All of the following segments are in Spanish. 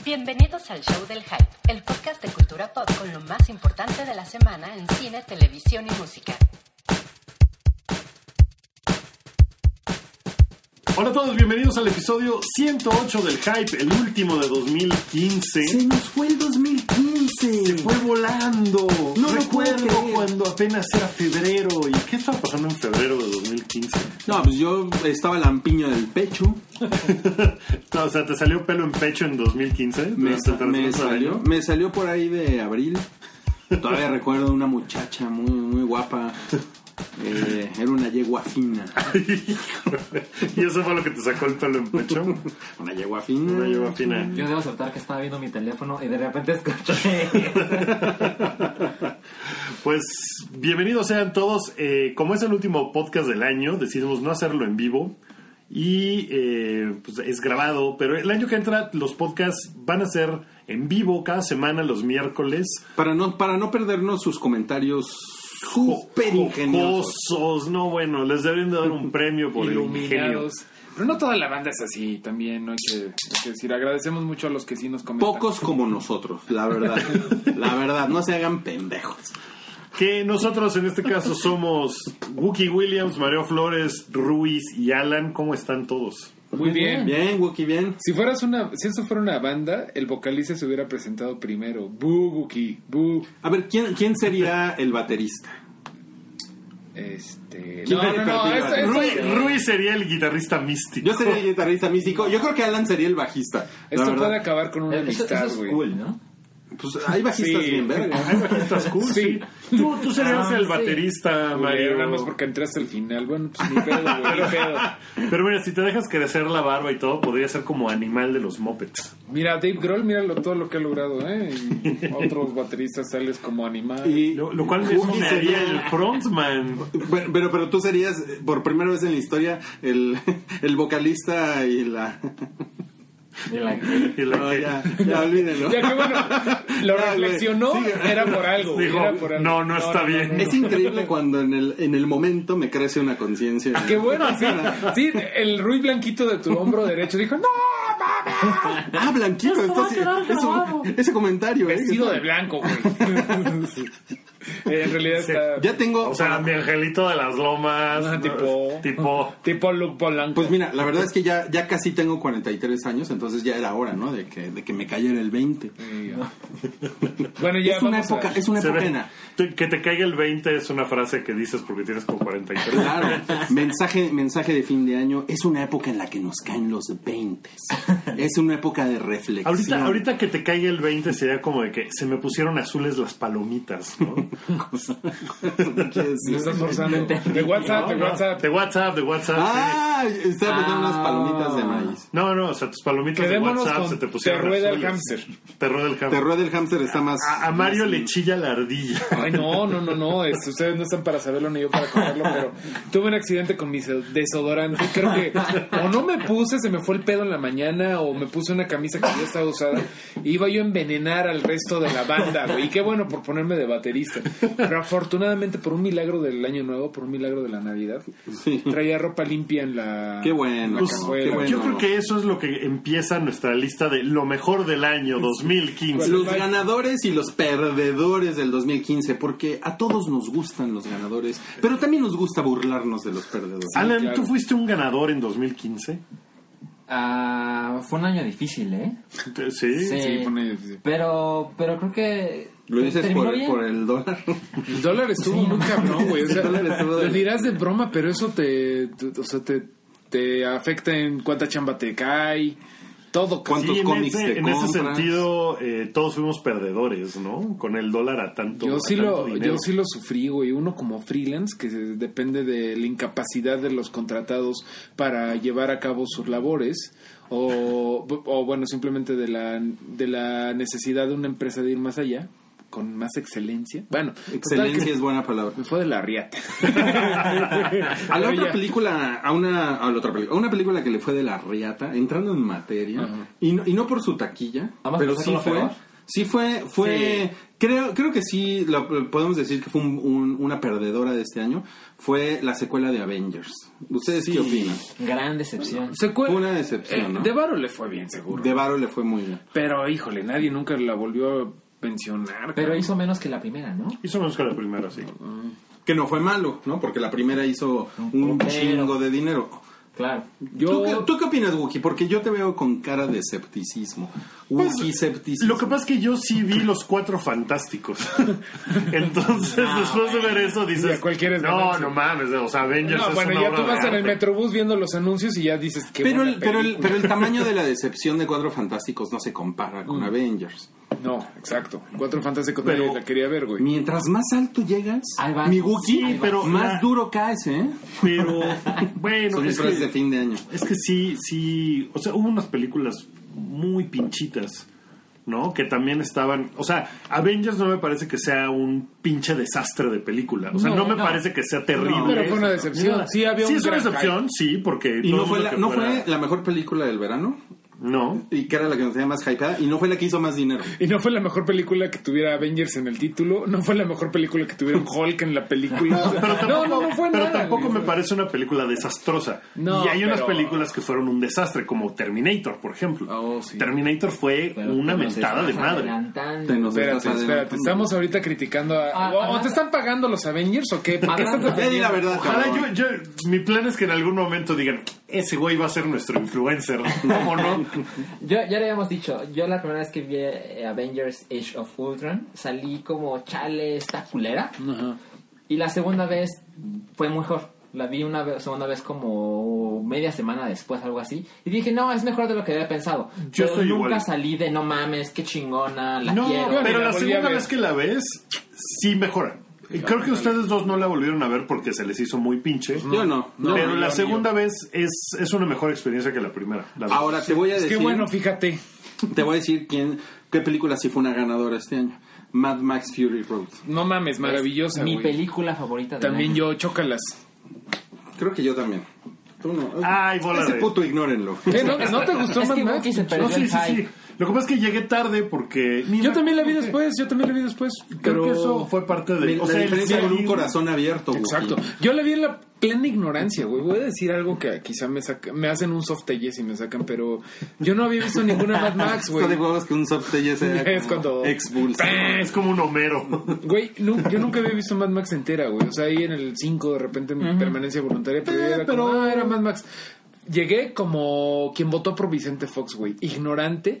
Bienvenidos al Show del Hype, el podcast de cultura pop con lo más importante de la semana en cine, televisión y música. Hola a todos, bienvenidos al episodio 108 del Hype, el último de 2015. Se nos fue el 2015. Se fue volando. No recuerdo cuando apenas era febrero. ¿Y qué estaba pasando en febrero de 2015? No, pues yo estaba lampiño del pecho. No, o sea, ¿te salió pelo en pecho en 2015? Me salió por ahí de abril. Todavía recuerdo una muchacha muy guapa. Era una yegua fina. ¿Y eso fue lo que te sacó el pelo en pecho? Una yegua fina. Una yegua fina. Yo debo aceptar que estaba viendo mi teléfono y de repente escuché. Pues bienvenidos sean todos. Como es el último podcast del año, decidimos no hacerlo en vivo. Y pues es grabado. Pero el año que entra los podcasts van a ser en vivo cada semana los miércoles. Para no perdernos sus comentarios súper ingeniosos. No, bueno, les deben de dar un premio por el ingenio. Pero no toda la banda es así, también, ¿no? Hay que decir, agradecemos mucho a los que sí nos comentan. Pocos como nosotros, la verdad. La verdad, no se hagan pendejos. Que nosotros en este caso somos Wookie Williams, Mario Flores, Ruiz y Alan. ¿Cómo están todos? Muy bien. Bien, Wookie, bien. Si eso fuera una banda, el vocalista se hubiera presentado primero. ¡Bú, Wookie! ¡Bú! A ver, ¿quién sería el baterista? Ruiz sería el guitarrista místico. Yo sería el guitarrista místico. Yo creo que Alan sería el bajista. Esto puede acabar con una amistad, güey. Cool, ¿no? Pues hay bajistas bien verga. Hay bajistas cool, sí. Tú serías el baterista, Mario. Nada más porque entraste al final. Bueno, pues ni pedo, güey, ni pedo. Pero mira, si te dejas crecer la barba y todo, podría ser como Animal de los Muppets. Mira, Dave Grohl, todo lo que ha logrado, ¿eh? Y otros bateristas sales como Animal. Y lo cual me haría el frontman. Pero tú serías, por primera vez en la historia, el vocalista y la... Ya olvídenlo. Ya que bueno, lo reflexionó, era por algo. Dijo, era por algo. No está bien. Es increíble cuando en el momento me crece una conciencia. Qué bueno, sí, el Rui Blanquito de tu hombro derecho dijo, ¡no, mames! Blanquito, ese comentario. Vestido de blanco, güey. En realidad está... Ya tengo... O sea, mi angelito de las lomas. Tipo Luke Polanco. Pues mira, la verdad es que ya casi tengo 43 años, entonces ya era hora, ¿no? De que me cayera el 20. Bueno, ya es una época que te caiga el 20 es una frase que dices porque tienes como 43. Claro. mensaje de fin de año. Es una época en la que nos caen los 20. Es una época de reflexión. Ahorita que te caiga el 20 sería como de que se me pusieron azules las palomitas, ¿no? Me estás forzando. De WhatsApp. Estaba pensando unas palomitas de maíz. No, o sea, tus palomitas de WhatsApp se te pusieron Te rueda azules. el hámster. Te rueda el hámster está más... A Mario le chilla la ardilla. Ay, no. Ustedes no están para saberlo ni yo para contarlo, pero tuve un accidente con mi desodorante. Creo que o no me puse, se me fue el pedo en la mañana, o me puse una camisa que ya estaba usada. Iba yo a envenenar al resto de la banda, güey. Y qué bueno por ponerme de baterista. Pero afortunadamente, por un milagro del año nuevo, por un milagro de la Navidad, traía ropa limpia en la... Qué bueno. Qué bueno. Yo creo que eso es lo que empieza nuestra lista de lo mejor del año 2015. Los ganadores y los perdedores del 2015, porque a todos nos gustan los ganadores, pero también nos gusta burlarnos de los perdedores. Alan, claro. ¿Tú fuiste un ganador en 2015? Fue un año difícil, ¿eh? Sí, fue un año difícil. Pero creo que... ¿Lo dices por el dólar? El dólar estuvo muy cabrón, güey. O sea, lo dirás de broma, pero eso te afecta en cuánta chamba te cae, todo. ¿Cuántos cómics te compras? En ese sentido, todos fuimos perdedores, ¿no? Con el dólar a tanto Yo sí dinero. lo sufrí, güey. Uno como freelance, que depende de la incapacidad de los contratados para llevar a cabo sus labores, o bueno, simplemente de la necesidad de una empresa de ir más allá, con más excelencia. Bueno, excelencia es buena palabra. Me fue de la riata. A una película que le fue de la riata, entrando en materia, y no por su taquilla, pero sí fue. Sí fue creo que sí podemos decir que fue una perdedora de este año. Fue la secuela de Avengers. ¿Ustedes qué opinan? Gran decepción. Fue una decepción, ¿no? De varo le fue bien, seguro. De varo le fue muy bien. Pero, híjole, nadie nunca la volvió a mencionar. Pero cabrón. hizo menos que la primera, ¿no? Hizo menos que la primera, sí. Que no fue malo, ¿no? Porque la primera hizo un chingo de dinero. Claro. ¿Tú qué opinas, Wookie? Porque yo te veo con cara de escepticismo. Wookie-cepticismo. Lo que pasa es que yo sí vi los 4 Fantásticos. Entonces, después de ver eso, dices... Ya, cualquiera es no ganancia. mames, o sea, Avengers No, es bueno, una ya obra tú de vas en el arte. Metrobús viendo los anuncios y ya dices que Pero el tamaño de la decepción de Cuatro Fantásticos no se compara con Avengers. No, exacto. 4 Fantásticos Pero- nadie la quería ver, güey. Mientras más alto llegas, Ahí va. mi Wookie, Sí, pero más la- duro caes, ¿eh? Pero, bueno, Son es historias de que, fin de año. es que sí, o sea, hubo unas películas muy pinchitas, ¿no? Que también estaban, o sea, Avengers no me parece que sea un pinche desastre de película, o sea, no me parece que sea terrible. pero fue una decepción. Nada. Sí, había un es una gran decepción, sí, porque ¿Y todo no el fue, mundo que no fuera- fue la mejor película del verano? No. Y que era la que nos tenía más hypeada. Y no fue la que hizo más dinero. Y no fue la mejor película que tuviera Avengers en el título. No fue la mejor película que tuviera un Hulk en la película. Pero tampoco, no fue pero nada, tampoco güey. me parece una película desastrosa. No, y hay unas pero- películas que fueron un desastre, como Terminator, por ejemplo. Oh, sí. Terminator fue una mentada de madre. Te nos estás Espérate, adelantando. estamos ahorita criticando a... ¿O te están pagando los Avengers o qué? ¿Por qué estás Ya di defendiendo? la verdad, Ojalá cabrón. mi plan es que en algún momento digan, ese güey va a ser nuestro influencer, ¿cómo no? Ya le habíamos dicho, yo la primera vez que vi Avengers Age of Ultron salí como chale, esta culera. Ajá. Y la segunda vez fue mejor. La vi segunda vez como media semana después, algo así. Y dije, no, es mejor de lo que había pensado. Yo Pero estoy nunca igual. salí de no mames, qué chingona, la No, quiero. pero la la volví a segunda ver. vez que la ves, sí mejora. Y creo que ustedes dos no la volvieron a ver porque se les hizo muy pinche. Yo no. Pero yo la ni segunda vez es una mejor experiencia que la primera. la verdad. Ahora te voy a Es decir. que bueno, fíjate. Te voy a decir qué película sí fue una ganadora este año. Mad Max Fury Road. No mames, maravillosa, Mi güey. película favorita del También año. yo, chócalas. Creo que yo también. Tú no. Ay, bola Ese de- puto ignórenlo. ¿Qué? ¿No te gustó Es Mad que Max? Wookie se No, perdió sí, el sí, hype. sí. Lo que pasa es que llegué tarde porque... Yo también la vi después, Creo que eso fue parte de... La O sea, el diferencia con un salir- corazón abierto, Wookie. Exacto. Yo la vi en la plena ignorancia, güey. Voy a decir algo que quizá me hacen un soft yes y me sacan, pero yo no había visto ninguna Mad Max, güey. Está de huevos que un softelle sea Es cuando- expulsa. Es como un Homero. Güey, yo nunca había visto Mad Max entera, güey. O sea, ahí en el 5 de repente mi permanencia voluntaria, pero, yo era pero- como, era Mad Max. Llegué como quien votó por Vicente Fox, güey. Ignorante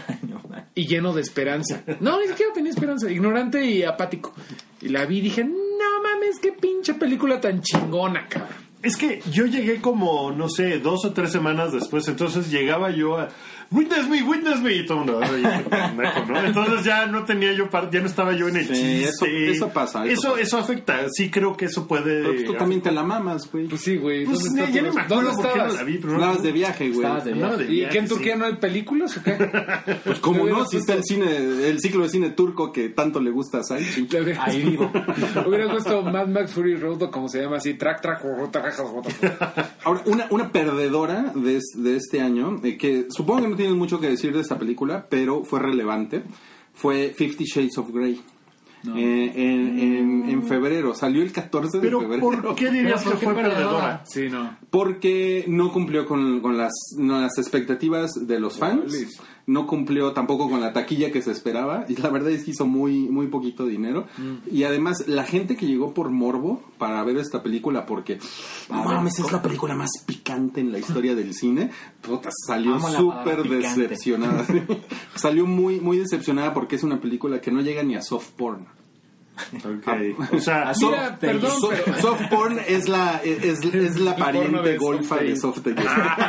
y lleno de esperanza. No, ni siquiera tenía esperanza. Ignorante y apático. Y la vi y dije, no mames, qué pinche película tan chingona, cabrón. Es que yo llegué como, no sé, 2 o 3 semanas después, entonces llegaba yo a Witness me, y todo el mundo, "Ay, este pendejo", ¿no? Entonces ya no tenía yo ya no estaba yo en el Sí, chiste. eso pasa, eso Eso afecta, sí creo que eso puede... Pero pues tú también te la mamas, güey. Pues sí, güey. Pues, ¿Dónde ya no me acuerdo ¿Dónde por qué no estabas? la vi, pero no- Andabas de viaje, güey. Estabas de Andaba de ¿Y viaje, que en sí. Turquía no hay películas o qué? Pues como Le no, hubieras si está puesto- el ciclo de cine turco que tanto le gusta a Salchi. Ahí vivo. Hubieras puesto Mad Max Fury Road o como se llama así, track, Ahora, una perdedora de este año, que supongo que no tienes mucho que decir de esta película, pero fue relevante, fue 50 Shades of Grey. En febrero, salió el 14 de Pero febrero. ¿por qué dirías Pero ¿por que qué fue perdedora? perdedora? Sí, no. Porque no cumplió con las expectativas de los fans, Órales. no cumplió tampoco con la taquilla que se esperaba, y la verdad es que hizo muy, muy poquito dinero. Y además, la gente que llegó por morbo para ver esta película, porque no mames, es la película más picante en la historia del cine, puta, salió Amo la súper palabra picante. decepcionada. Salió muy, muy decepcionada porque es una película que no llega ni a soft porn. Okay. O sea, Mira, perdón, pero... Soft porn es la porno pariente de golfa de Soft soft.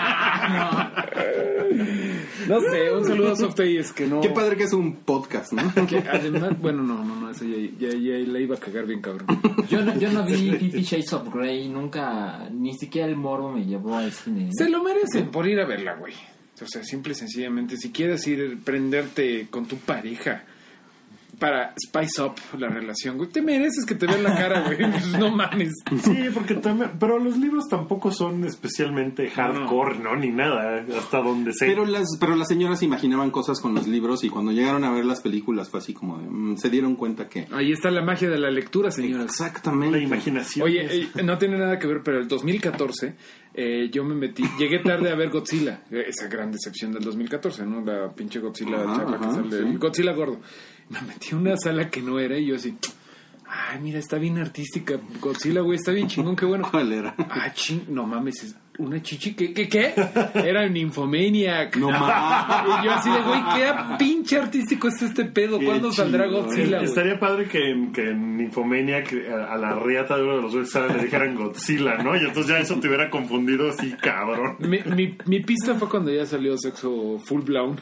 No sé, un saludo a Softy, es que no... Qué padre que es un podcast, ¿no? Que además, bueno, no, eso ya la iba a cagar bien, cabrón. Yo no vi 50 Shades of Grey, nunca, ni siquiera el morbo me llevó al cine. Se lo merecen por ir a verla, güey. O sea, simple y sencillamente, si quieres ir prenderte con tu pareja para spice up la relación, güey. Te mereces que te vean la cara, güey. No mames. Sí, porque también... Pero los libros tampoco son especialmente hardcore, ¿no? Ni nada, hasta donde sé. Pero las señoras imaginaban cosas con los libros y cuando llegaron a ver las películas fue así como de, se dieron cuenta que... Ahí está la magia de la lectura, señoras. Exactamente. La imaginación. Oye, no tiene nada que ver, pero el 2014 yo me metí, llegué tarde a ver Godzilla, esa gran decepción del 2014, ¿no? La pinche Godzilla chafa que sale, el Godzilla gordo. Me metí a una sala que no era y yo así, ay, mira, está bien artística Godzilla, güey, está bien chingón, qué bueno. ¿Cuál era? Ah, no mames, es una chichi, ¿qué? Era Nymphomaniac. No mames. Y yo así de, güey, qué pinche artístico es este pedo, ¿cuándo saldrá Godzilla, güey? Estaría padre que en Nymphomaniac a la riata de uno de los güeyes le dijeran Godzilla, ¿no? Y entonces ya eso te hubiera confundido así, cabrón. Mi pista fue cuando ya salió Sexo Full Blown.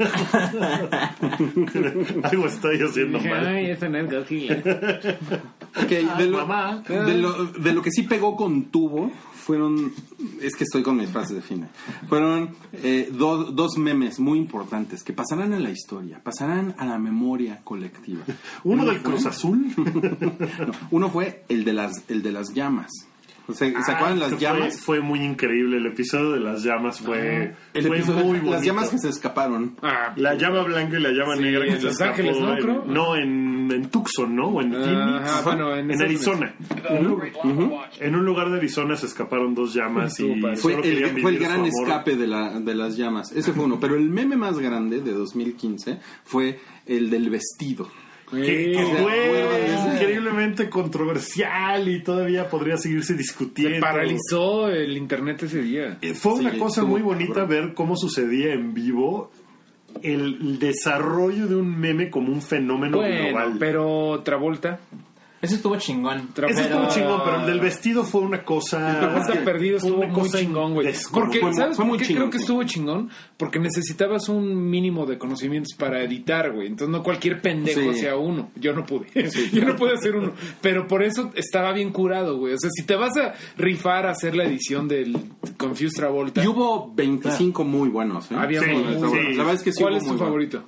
Algo estoy haciendo Dije, mal. ay, esa no es Godzilla. Okay, Mamá. de lo que sí pegó con tubo fueron, es que estoy con mis frases de Fina, fueron dos memes muy importantes que pasarán a la historia, pasarán a la memoria colectiva. Uno del Cruz Azul. No, uno fue el de las llamas. O sea, ¿se acuerdan las llamas? Fue muy increíble. El episodio de las llamas fue muy bonito. Las llamas que se escaparon. La llama blanca y la llama negra que en se Los Ángeles, escapó ¿no? Creo. No, en Tucson, ¿no? O en Phoenix. Bueno, en Arizona. En un lugar de Arizona se escaparon dos llamas y Fue solo querían el vivir gran su amor. escape de las llamas. Ese fue uno. Pero el meme más grande de 2015 fue el del vestido. Que fue increíblemente controversial y todavía podría seguirse discutiendo. Se paralizó el internet ese día. Fue una Sí, cosa muy bonita ver cómo sucedía en vivo el desarrollo de un meme como un fenómeno global. Pero Travolta. Eso estuvo chingón. Eso estuvo chingón, pero el del vestido fue una cosa... Travolta perdido fue estuvo una muy cosa chingón, güey. descomunal. Porque, ¿sabes fue por muy qué chingón, creo que sí. estuvo chingón? Porque necesitabas un mínimo de conocimientos para editar, güey. Entonces no cualquier pendejo Sí. hacía uno. Yo no pude. Yo no pude hacer uno. Pero por eso estaba bien curado, güey. O sea, si te vas a rifar a hacer la edición del Confused Travolta... Y hubo 25 muy buenos. Había Sí, muy- sí. La verdad es que sí. ¿Cuál hubo es tu muy buenos. favorito?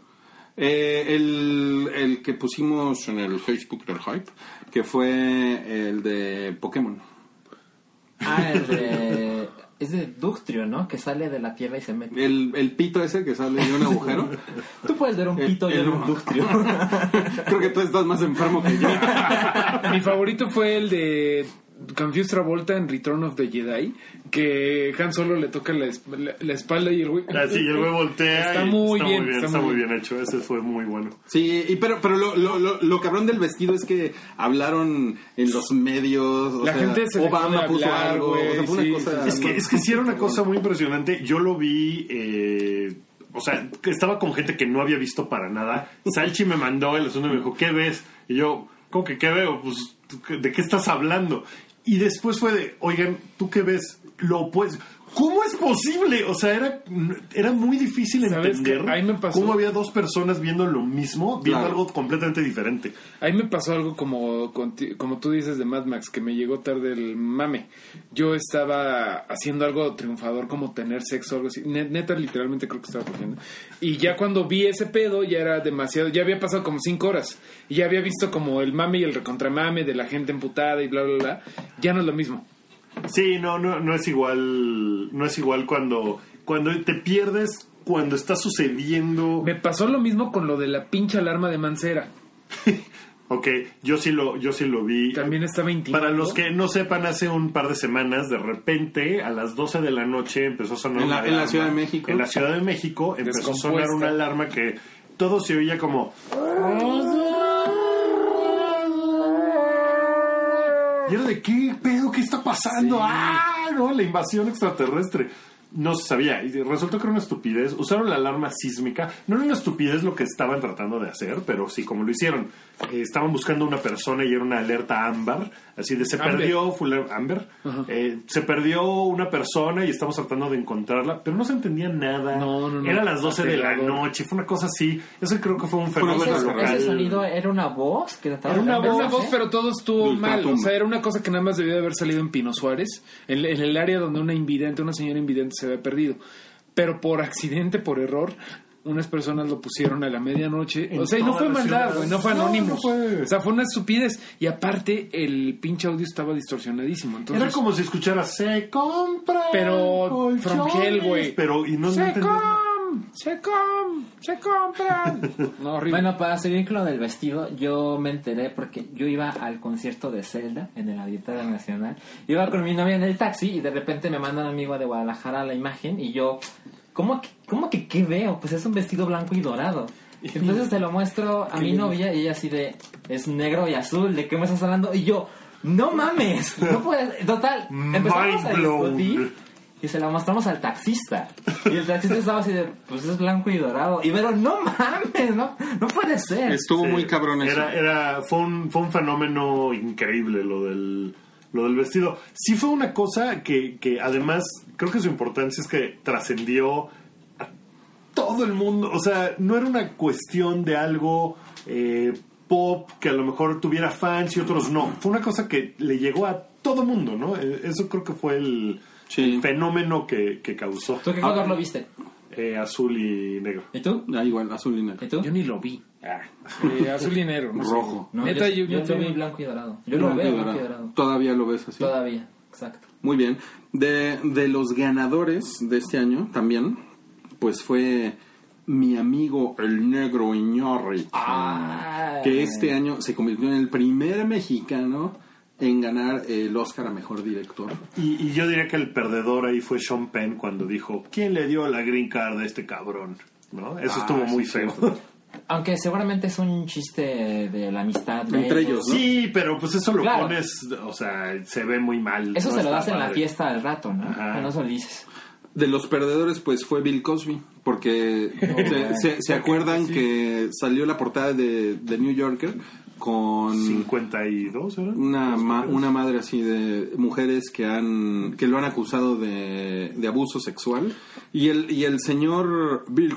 El que pusimos en el Facebook del Hype, que fue el de Pokémon. Ah, es de Ductrio, ¿no? Que sale de la tierra y se mete. El pito ese que sale de un agujero. Tú puedes ver un pito y el- un Ductrio. Creo que tú estás más enfermo que yo. Mi favorito fue el de Confused Travolta en Return of the Jedi, que Han Solo le toca la espalda y el güey... Así, y el güey voltea Está y muy bien, está muy bien hecho. Ese fue muy bueno. Sí, pero lo cabrón del vestido es que hablaron en los medios. O La sea, gente se dejó Obama de puso hablar, algo. güey, O sea, fue sí, una cosa. Es que sí era una cosa muy impresionante. Yo lo vi, o sea, que estaba con gente que no había visto para nada. Salchi me mandó el asunto y me dijo, ¿qué ves? Y yo, ¿cómo que qué veo? Pues, ¿de qué estás hablando? Y después fue de, oigan, ¿tú qué ves? Lo opuesto. ¿Cómo es posible? O sea, era muy difícil ¿Sabes entender qué? Ahí me pasó. cómo había dos personas viendo lo mismo, viendo Claro. algo completamente diferente. Ahí me pasó algo como tú dices de Mad Max, que me llegó tarde el mame. Yo estaba haciendo algo triunfador como tener sexo o algo así. Neta, literalmente creo que estaba cogiendo. Y ya cuando vi ese pedo ya era demasiado. Ya había pasado como 5 horas. Y ya había visto como el mame y el recontramame de la gente emputada y bla, bla, bla. Ya no es lo mismo. Sí, no es igual. No es igual cuando te pierdes, cuando está sucediendo. Me pasó lo mismo con lo de la pinche alarma de Mancera. Ok, yo sí lo vi. También estaba intimando. Para los que no sepan, hace un par de semanas, de repente, a las 12 de la noche empezó a sonar una En la alarma. Ciudad de México. En la Ciudad de México empezó a sonar Descompuesta. una alarma que todo se oía como... ¿Y era de qué pedo? ¿Qué está pasando? ¡Ah! No, la invasión extraterrestre. No se sabía. Y resultó que era una estupidez. Usaron la alarma sísmica. No era una estupidez lo que estaban tratando de hacer, pero sí, como lo hicieron. Estaban buscando una persona y era una alerta ámbar. Así de se Amber. perdió... Amber. Se perdió una persona y estamos tratando de encontrarla, pero no se entendía nada. No. Era a las 12 de la Aterrador. noche. Fue una cosa así. Eso creo que fue un Fue una fenómeno cosa local. Ese sonido era una voz que trataba Era una de Era una voz, voz, pero todo estuvo El mal. O Fatum. sea, era una cosa que nada más debió de haber salido en Pino Suárez, en el área donde una señora invidente se había perdido. Pero por accidente, por error, unas personas lo pusieron a la medianoche. En O sea, y no todas fue las maldad, ciudades. güey, no fue No, Anonymous. no fue. O sea, fue una estupidez. Y aparte, el pinche audio estaba distorsionadísimo. Entonces, Era como si escucharas se compra Pero from hell, güey. Pero y no se entendí nada. se compran. No, horrible. Bueno, para seguir con lo del vestido, yo me enteré porque yo iba al concierto de Zelda en el Auditorio Nacional. Iba con mi novia en el taxi y de repente me manda un amigo de Guadalajara la imagen y yo, ¿cómo que qué veo? Pues es un vestido blanco y dorado. Entonces te lo muestro a mi novia y ella así de, es negro y azul, ¿de qué me estás hablando? Y yo, no mames, no puedes. Total, empezamos a Mind blown. discutir y se la mostramos al taxista. Y el taxista estaba así de, pues es blanco y dorado. Y pero no mames, no puede ser. Estuvo Sí. muy cabrón eso. Fue un fenómeno increíble lo del vestido. Sí fue una cosa que además creo que su importancia es que trascendió a todo el mundo. O sea, no era una cuestión de algo pop que a lo mejor tuviera fans y otros no. Fue una cosa que le llegó a todo el mundo, ¿no? Eso creo que fue el fenómeno que causó. ¿Tú qué color lo viste? Azul y negro. ¿Y tú? Igual, azul y negro. ¿Y tú? Yo ni lo vi. Azul y negro. No sé. Rojo. No, Neta, yo yo vi blanco y dorado. Yo lo veo blanco y dorado. Todavía lo ves así. Todavía, exacto. Muy bien. De los ganadores de este año también, pues fue mi amigo el negro Iñárritu, que este año se convirtió en el primer mexicano en ganar el Oscar a Mejor Director. Y yo diría que el perdedor ahí fue Sean Penn cuando dijo, ¿quién le dio la green card a este cabrón? ¿No? Eso estuvo muy feo. Aunque seguramente es un chiste de la amistad de Entre ellos, ¿no? Sí, pero pues eso lo Claro. pones, o sea, se ve muy mal. Eso no se lo está das en la padre. fiesta al rato, ¿no? Ajá. Pero no se lo dices. De los perdedores, pues fue Bill Cosby, porque se acuerdan que salió la portada de New Yorker con 52, ¿verdad? una madre así de mujeres que lo han acusado de abuso sexual y el señor Bill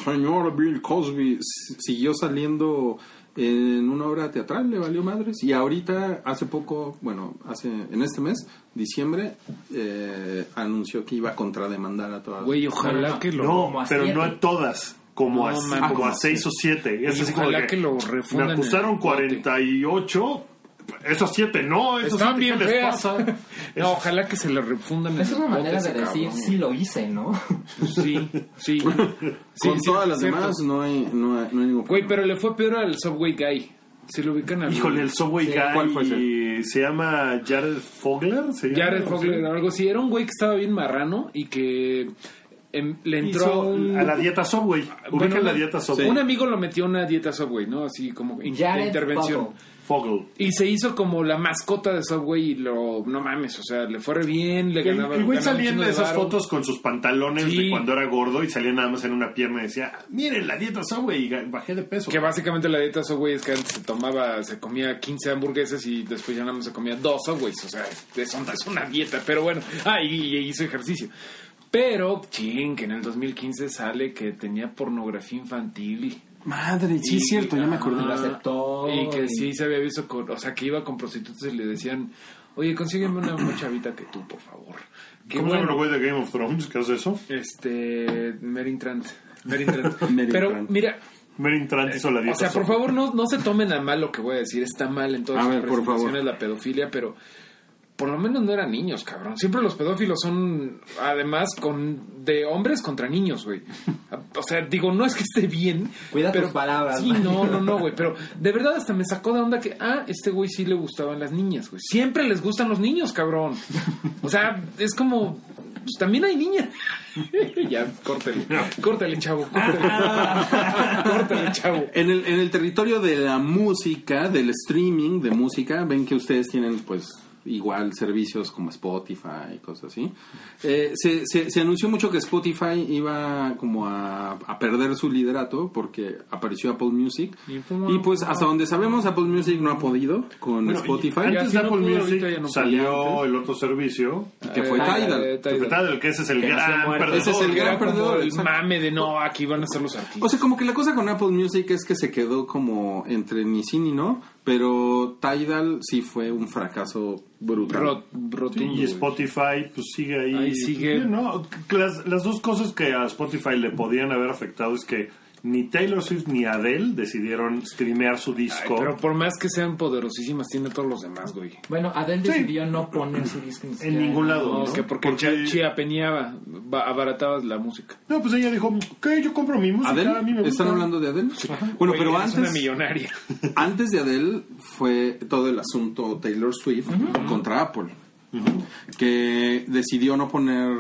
Cosby siguió saliendo en una obra teatral, le valió madres, y ahorita hace poco, en este mes, diciembre, anunció que iba a contrademandar a todas. Güey, ojalá que lo... No, Como a pero 7. no a todas. Como, No, a, man, como a como 6 o 7. Es Y así como ojalá que lo refundan me en acusaron el bote. 48. Esos 7 no. Esos Están 7, bien ¿qué les feas. pasa? No, ojalá que se le refundan en Es una el bote manera de ese decir, cabrón. sí lo hice, ¿no? Sí. Sí, Con todas las cierto. demás no hay ningún Güey, pero le fue peor al Subway Guy. Si lo ubican al... Híjole, el Subway ¿cuál fue Guy se llama Jared Fogler. ¿se llama? Jared Fogler o algo así. Era un güey que estaba bien marrano y que le entró Hizo a la dieta Subway. Ubican la dieta Subway. Un amigo lo metió a una dieta Subway, ¿no? Así como de Jared intervención. Fogel. Y se hizo como la mascota de Subway y no mames, o sea, le fue re bien, le ganaba. El güey ganaba un salía en chingo de esas varo. fotos con sus pantalones Sí. de cuando era gordo y salía nada más en una pierna y decía, miren la dieta Subway y bajé de peso. Que básicamente la dieta Subway es que antes se comía 15 hamburguesas y después ya nada más se comía 2 Subways, o sea, es una dieta, pero bueno, y hizo ejercicio. Pero, que en el 2015 sale que tenía pornografía infantil. Madre, sí es cierto, ya me acordé. Lo aceptó. Y que sí se había visto o sea, que iba con prostitutas y le decían, oye, consígueme una chavita que tú, por favor. Qué ¿Cómo se llama el bueno. güey de Game of Thrones que hace eso? Merin Trant. Merin Pero, Trant. mira, Merin Trant hizo la dieta o sea, por Subway. favor, no se tomen a mal lo que voy a decir. Está mal en todas A sus ver, por presentaciones favor. la pedofilia, pero por lo menos no eran niños, cabrón. Siempre los pedófilos son, además, de hombres contra niños, güey. O sea, digo, no es que esté bien. Cuida pero, tus palabras, Sí, man. no, güey. Pero de verdad hasta me sacó de onda que, este güey sí le gustaban las niñas, güey. Siempre les gustan los niños, cabrón. O sea, es como... Pues también hay niñas. Ya, córtale, chavo, córtale, chavo. En el territorio de la música, del streaming de música, ven que ustedes tienen pues igual servicios como Spotify y cosas así. Se anunció mucho que Spotify iba como a perder su liderato porque apareció Apple Music y pues hasta donde sabemos Apple Music no ha podido con Bueno, Spotify. y antes Ya, de si no Apple pudo, Music ahorita ya no salió pudo. el otro servicio que fue Tidal. Tidal, que ese es el Que nació gran muerto. perdedor. Ese es el gran Era como perdedor, el exacto. mame de aquí van a ser los artistas. O sea, como que la cosa con Apple Music es que se quedó como entre ni sí ni no, pero Tidal sí fue un fracaso brutal. Rotundo, Y güey. Spotify pues sigue ahí. Ahí sigue. ¿No? Las dos cosas que a Spotify le podían haber afectado es que ni Taylor Swift ni Adele decidieron streamear su disco. Ay, pero por más que sean poderosísimas, tiene todos los demás, güey. Bueno, Adele decidió no poner su disco En ningún lado. No, ¿no? que porque chiapeñaba, abaratabas la música. No, pues ella dijo, ¿qué? Yo compro mi música, ¿Adele? a mí me gusta. ¿Están hablando de Adele? Bueno, Güey, pero es una antes, millonaria. antes de Adele fue todo el asunto Taylor Swift contra Apple, que decidió no poner...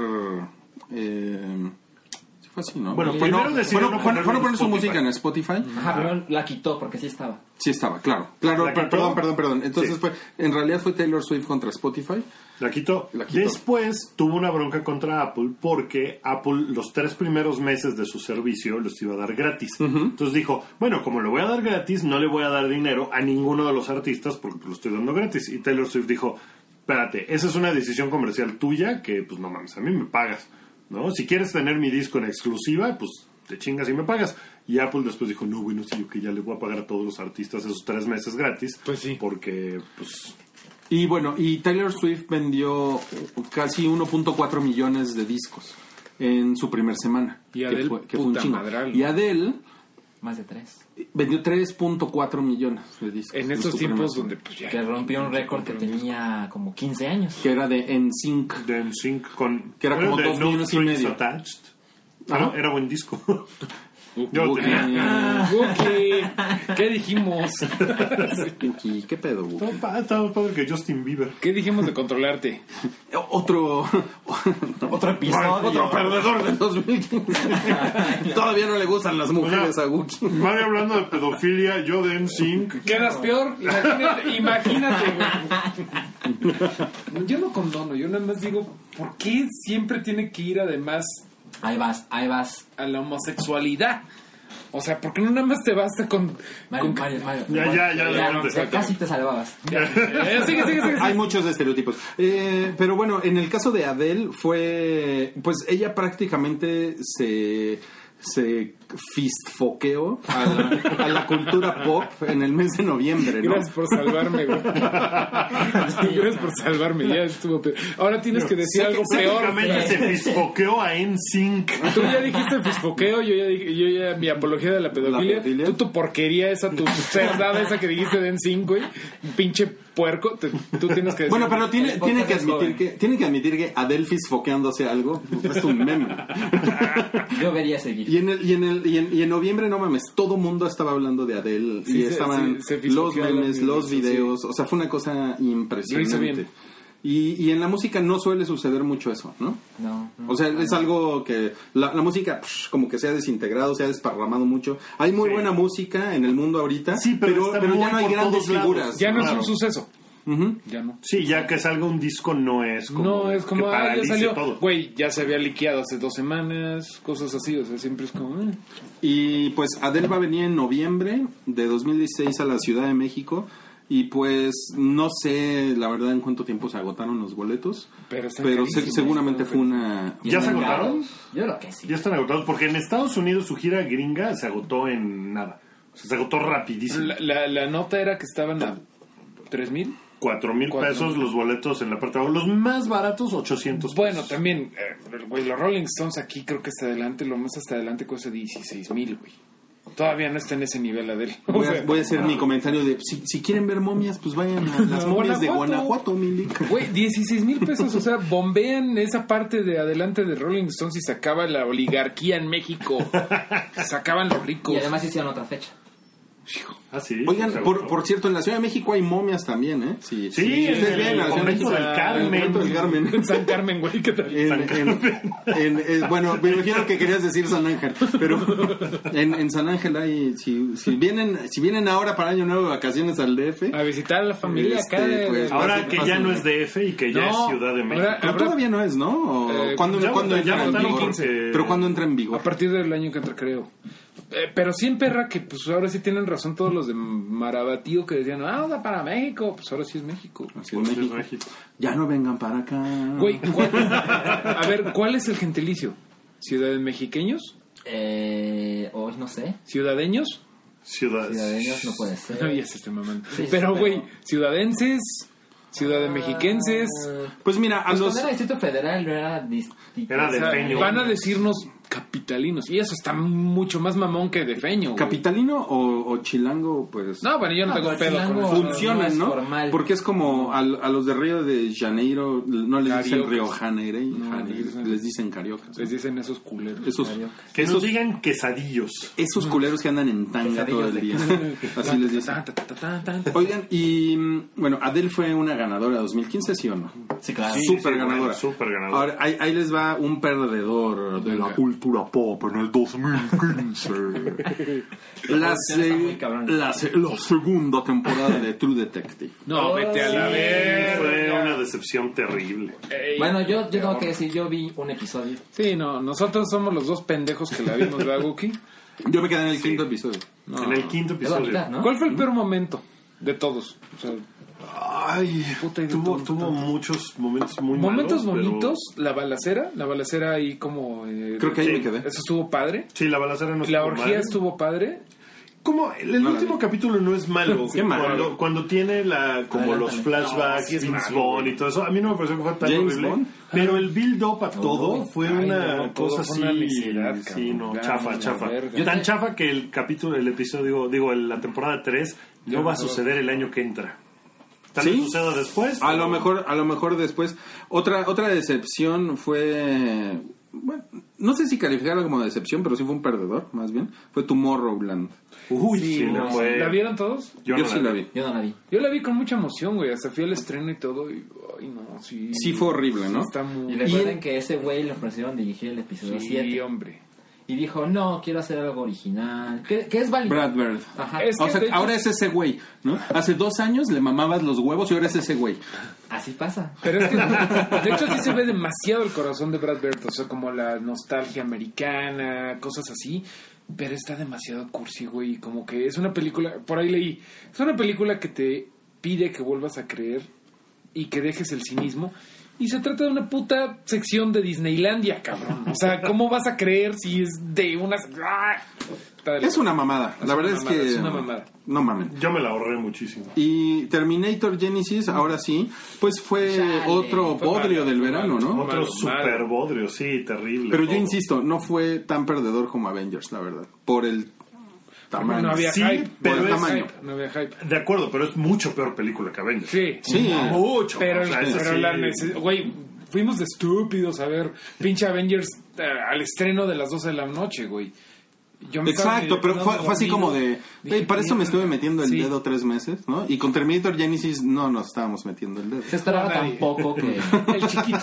sí fue así, ¿no? Bueno, Fue primero no- decidió fue no no- fue no ponerlo en poner su Spotify. música en Spotify. Ajá, pero la quitó porque sí estaba. Sí estaba, claro. ¿La quitó? Perdón. Entonces Sí. en realidad fue Taylor Swift contra Spotify. La quitó. La quitó. Después tuvo una bronca contra Apple porque Apple los 3 primeros meses de su servicio los iba a dar gratis. Entonces dijo, bueno, como lo voy a dar gratis, no le voy a dar dinero a ninguno de los artistas porque lo estoy dando gratis. Y Taylor Swift dijo, espérate, esa es una decisión comercial tuya que, pues no mames, a mí me pagas, ¿no? Si quieres tener mi disco en exclusiva, pues te chingas y me pagas. Y Apple después dijo, no, bueno, sí, yo que ya le voy a pagar a todos los artistas esos 3 meses gratis. Pues sí. Porque, pues... Y bueno, y Taylor Swift vendió casi 1.4 millones de discos en su primer semana. Y Adele, que fue un puta chingo. madral, ¿no? Y Adele Más de 3. vendió 3.4 millones de discos. En estos su tiempos primer donde pues ya... Que rompió un récord que tenía como 15 años. que era de NSYNC. de NSYNC con... Que era como de 2 No millones y Strings medio. Attached. Ajá. Era buen disco. Yo lo Wookie. tenía. Wookie, ¿qué dijimos? Wookie, ¿qué pedo, Wookie? Estaba más padre que Justin Bieber. ¿Qué dijimos de controlarte? Otro Episodio. otro perdedor del 2015. Todavía no le gustan las mujeres a Wookie. Mario hablando de pedofilia, yo de NSYNC. ¿Quedas peor? Imagínate, güey. Yo no condono, yo nada más digo, ¿por qué siempre tiene que ir además Ahí vas. a la homosexualidad? O sea, ¿por qué no nada más te basta con... Mario. Ya, Casi te salvabas. Sigue. Hay muchos estereotipos. Pero bueno, en el caso de Adele fue... Pues ella prácticamente se fistfoqueó a la cultura pop en el mes de noviembre, ¿no? Gracias por salvarme, güey. Gracias por salvarme, ya estuvo peor. Ahora tienes que decir algo peor. Técnicamente se fisfoqueó a NSYNC. Tú ya dijiste fisfoqueo, yo ya mi apología de la pedofilia. ¿La pedofilia? Tú tu porquería esa, tu cerdada esa que dijiste de N5, güey. Un pinche puerco. Tú tienes que decir. Bueno, pero tiene podcast que es joven. admitir que Adele fisfoqueándose algo es un meme. Yo vería seguir. Y en noviembre, no mames, todo mundo estaba hablando de Adele. Sí, y estaban se los fisfoquearon memes, y los eso, videos. O sea, fue una cosa Lo hizo impresionante. bien. Y en la música no suele suceder mucho eso, ¿no? No. O sea, es algo que la música como que se ha desintegrado, se ha desparramado mucho. Hay muy buena música en el mundo ahorita, Sí, pero está muy ya no hay por grandes todos lados. figuras. Ya no Claro. es un suceso. Ujú. Ya no. Sí, ya que salga un disco no es como... No, es como, que ya paralice salió. todo. Güey, ya se había liqueado hace 2 semanas, cosas así. O sea, siempre es como. Y pues Adele va a venir en noviembre de 2016 a la Ciudad de México. Y pues no sé la verdad en cuánto tiempo se agotaron los boletos. Pero están Pero carísimos, seguramente ¿no? fue una... ¿Ya se agotaron? Yo creo que sí. Ya están agotados, porque en Estados Unidos su gira gringa se agotó en nada. O sea, se agotó rapidísimo. La nota era que estaban a 3,000. 4,000 4,000. pesos los boletos en la parte de abajo. Los más baratos, 800 pesos. Bueno, también, güey, los Rolling Stones aquí creo que hasta adelante, lo más hasta adelante cuesta 16,000, güey. Todavía no está en ese nivel, Adele. O sea, Voy a hacer mi comentario de si quieren ver momias, pues vayan a las momias de Guanajuato, Milic. güey, 16,000 pesos, o sea, bombean esa parte de adelante de Rolling Stones y se acaba la oligarquía en México. Se acaban los ricos. Y además hicieron otra fecha. Ah, sí. Oigan, se agotó. por cierto, en la Ciudad de México hay momias también, ¿eh? Sí, Sí, en ustedes el vienen a la Ciudad de convento México. del Carmen. En el convento del Carmen. En San Carmen, güey, ¿qué tal? Bueno, me imagino que querías decir San Ángel, pero en San Ángel hay, si vienen ahora para Año Nuevo de vacaciones al DF, A visitar a la familia acá de... pues, Ahora que ya no es DF y que ya No, es Ciudad de México. ahora- pero todavía no es, ¿no? ¿O ¿Cuándo ya entra en votaron vigor? porque- Pero ¿cuándo entra en vigor? A partir del año que entra, creo. Pero sí en perra que pues ahora sí tienen razón todos los de Marabatío que decían, vamos para México. Pues ahora sí es México. Así en Pues es México. México. Ya no vengan para acá. Güey, a ver, ¿cuál es el gentilicio? ¿Ciudadanos mexiqueños? Hoy no sé. ¿Ciudadeños? Ciudadanos no puede ser. No, ya se está mamando. Sí, Pero, sí, güey, ciudadenses, ciudademexiquenses. Pues mira, a Pues los... cuando era Distrito Federal no era distinto. Era O de sea, Peño. van a decirnos capitalinos. Y eso está mucho más mamón que de feño, güey. Capitalino o chilango, pues... No, bueno, yo no tengo pero pedo con chilango eso. funcionan, no ¿no? es formal. Porque es como a los de Río de Janeiro, no les dicen Cariocas. Río Janeiro, No, les dicen cariocas. Les dicen esos culeros. Esos, Que nos esos, digan quesadillos. esos culeros que andan en tanga todo el día. Así les dicen. Oigan, y bueno, Adele fue una ganadora 2015, ¿sí o no? Sí, claro. Súper ganadora. Súper ganadora. Ahora, ahí les va un perdedor de la cultura pop en el 2015. la segunda temporada de True Detective. No, vete a la verga. Fue una decepción terrible. Ey. Bueno, yo tengo que decir, yo vi un episodio. Sí, no, nosotros somos los dos pendejos que la vimos, ¿verdad, Guki? Yo me quedé en el quinto episodio. En el quinto Es la episodio. mitad, ¿no? ¿Cuál fue el peor momento de todos? O sea, Ay, Puta, y de tuvo todo. muchos momentos muy momentos malos, pero- bonitos, la balacera ahí como... Creo que ahí Sí. me quedé. Eso estuvo padre. Sí, la balacera no La estuvo orgía mal. estuvo padre. Como el No la último vi. capítulo no es malo. Qué malo. Cuando tiene como los Adelántale. flashbacks, No, sí es Vince malo, Vaughn güey. y todo eso, a mí no me pareció que fue tan James horrible. Bond. Pero el build-up a todo fue Ay, una no, todo cosa fue así. una necedad, Sí, cabrón. no, Ya, chafa, la chafa. verga. Tan chafa que el episodio, la temporada 3 no va a suceder el año que entra. Tal vez ¿Sí? suceda después. A pero- lo mejor después. Otra decepción fue... Bueno, no sé si calificarlo como decepción, pero sí fue un perdedor, más bien. Fue Tomorrowland. Uy, Sí, sí, le no. fue. ¿La vieron todos? Yo no sí la vi. Yo no la vi. Yo la vi con mucha emoción, güey. Hasta fui al estreno y todo. Y, ay, no, sí. Sí fue horrible, ¿no? Está muy... Y recuerden que ese güey le ofrecieron dirigir el episodio Sí, 7. hombre. Y dijo, no, quiero hacer algo original. Que es válido. Brad Bird. Ajá. Es- O sea, de hecho- ahora es ese güey, ¿no? Hace 2 años le mamabas los huevos y ahora es ese güey. Así pasa. Pero es que, de hecho, sí se ve demasiado el corazón de Brad Bird. O sea, como la nostalgia americana, cosas así. Pero está demasiado cursi, güey. Y como que es una película, por ahí leí, es una película que te pide que vuelvas a creer y que dejes el cinismo. Y se trata de una puta sección de Disneylandia, cabrón. O sea, ¿cómo vas a creer si es de unas... ¡Ah! Es una mamada. Es La una verdad mamada, es que... es una mamada. No mames. Yo me la ahorré muchísimo. Y Terminator Genesis, ahora sí, pues fue Chale. otro Fue bodrio malo, del fue verano, malo. ¿no? Otro malo, super malo. bodrio, sí, terrible. Pero yo todo. insisto, no fue tan perdedor como Avengers, la verdad. Por el tamaño. No había Sí, hype. pero no había es- hype. No había hype. De acuerdo, pero es mucho peor película que Avengers. Sí. Sí. Mucho. Pero, o sea, es pero así. la güey, fuimos de estúpidos a ver pinche Avengers al estreno de las 12 de la noche, güey. Yo me estaba Exacto, pero quedando fue así como de... Dije, para esto me estuve metiendo el sí. dedo 3 meses, ¿no? Y con Terminator Genesis no nos estábamos metiendo el dedo. Se esperaba Nadie. tan poco que... El chiquito.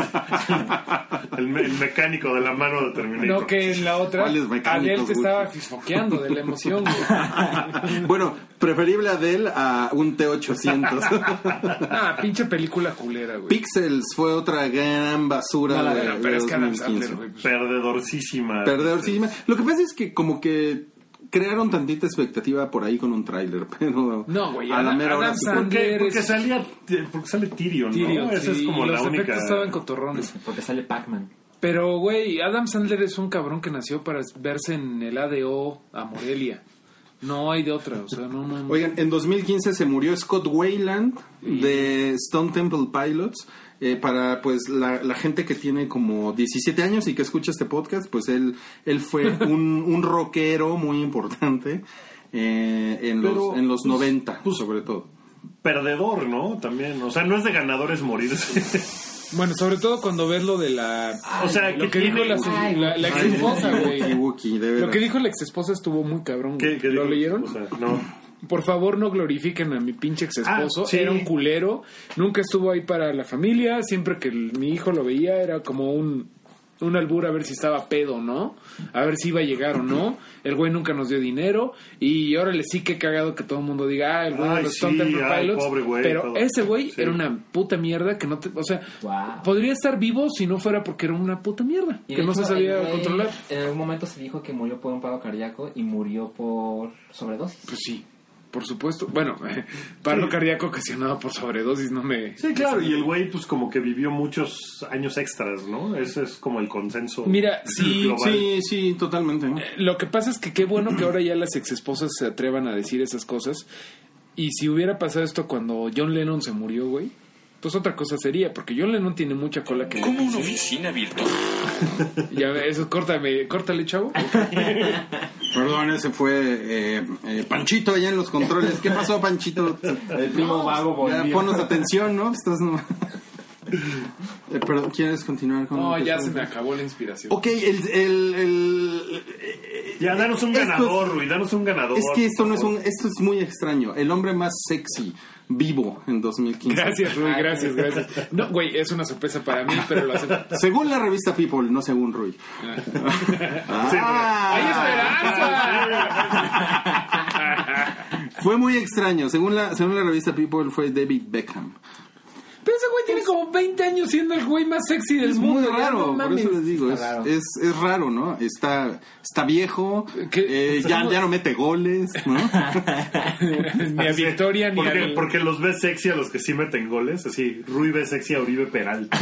El mecánico de la mano de Terminator. No que en la otra, ¿Cuáles mecánicos, Adele te güey? estaba fisfoqueando de la emoción, güey. Bueno, preferible Adele a un T-800. Ah, pinche película culera, güey. Pixels fue otra gran basura No la de, veo, de Pero es que Adam 2015. Sandler, güey. pues, Perdedorcísima. Perdedorcísima. Lo que pasa es que como que crearon tantita expectativa por ahí con un tráiler, pero No, güey, a la Adam- mera hora Adam sí- Sandler- Porque sale Tyrion, ¿no? Tyrion, Esa sí, es como y la los única. efectos estaban cotorrones. Porque sale Pac-Man. Pero, güey, Adam Sandler es un cabrón que nació para verse en el ADO a Morelia. No hay de otra, o sea, no. Oigan, en 2015 se murió Scott Weiland de Stone Temple Pilots. Para pues la gente que tiene como 17 años y que escucha este podcast, pues él fue un rockero muy importante en los 90, sobre todo. Perdedor, ¿no? También. O sea, no es de ganadores morirse. Bueno, sobre todo cuando ves lo de la... O sea, lo que que dijo tiene- la ex esposa, güey. Wookie, de Lo veras. que dijo la ex esposa estuvo muy cabrón, güey. ¿Qué ¿Lo digo? leyeron? O sea, no. Por favor, no glorifiquen a mi pinche ex esposo. Ah, sí. Era un culero. Nunca estuvo ahí para la familia. Siempre que mi hijo lo veía era como un albur a ver si estaba pedo o no. A ver si iba a llegar o no. El güey nunca nos dio dinero. Y órale, sí que cagado que todo el mundo diga, el güey de Ay, los sí, Stone Temple ay, Pilots. pobre güey, pero todo. ese güey Sí. era una puta mierda que no te... O sea, Wow. podría estar vivo si no fuera porque era una puta mierda. Y Que de no se hecho, sabía el güey, controlar. En algún momento se dijo que murió por un paro cardíaco y murió por sobredosis. Pues sí, por supuesto. Bueno, paro cardíaco ocasionado por sobredosis no me... Sí, claro. Y el güey, pues como que vivió muchos años extras, ¿no? Ese es como el consenso. Mira, sí, global. Sí, totalmente. Lo que pasa es que qué bueno que ahora ya las exesposas se atrevan a decir esas cosas. Y si hubiera pasado esto cuando John Lennon se murió, güey, pues otra cosa sería, porque John Lennon tiene mucha cola que... Como una oficina virtual. Ya, eso, córtale, chavo. Perdón, ese fue Panchito allá en los controles. ¿Qué pasó, Panchito? El primo vago Ya, volvió. ponos atención, ¿no? Estás... Perdón, ¿quieres continuar con...? No, ya se me acabó la inspiración. Ok, Ya, danos un ganador, Rui, danos un ganador. Es que esto por no es favor. esto es muy extraño. El hombre más sexy vivo en 2015. Gracias, Rui, gracias. No, güey, es una sorpresa para mí, pero lo acepto. Según la revista People, no según Rui. Sí, ¡Hay esperanza! Fue muy extraño. Según la revista People, fue David Beckham. Pero ese güey tiene como 20 años siendo el güey más sexy del Es mundo. muy ya raro, no por mames. eso les digo. Es raro, ¿no? Está viejo, ¿Qué? ya no mete goles, ¿no? Ni a Victoria, ni a... Porque los ves sexy a los que sí meten goles. Así, Rui ve sexy a Oribe Peralta.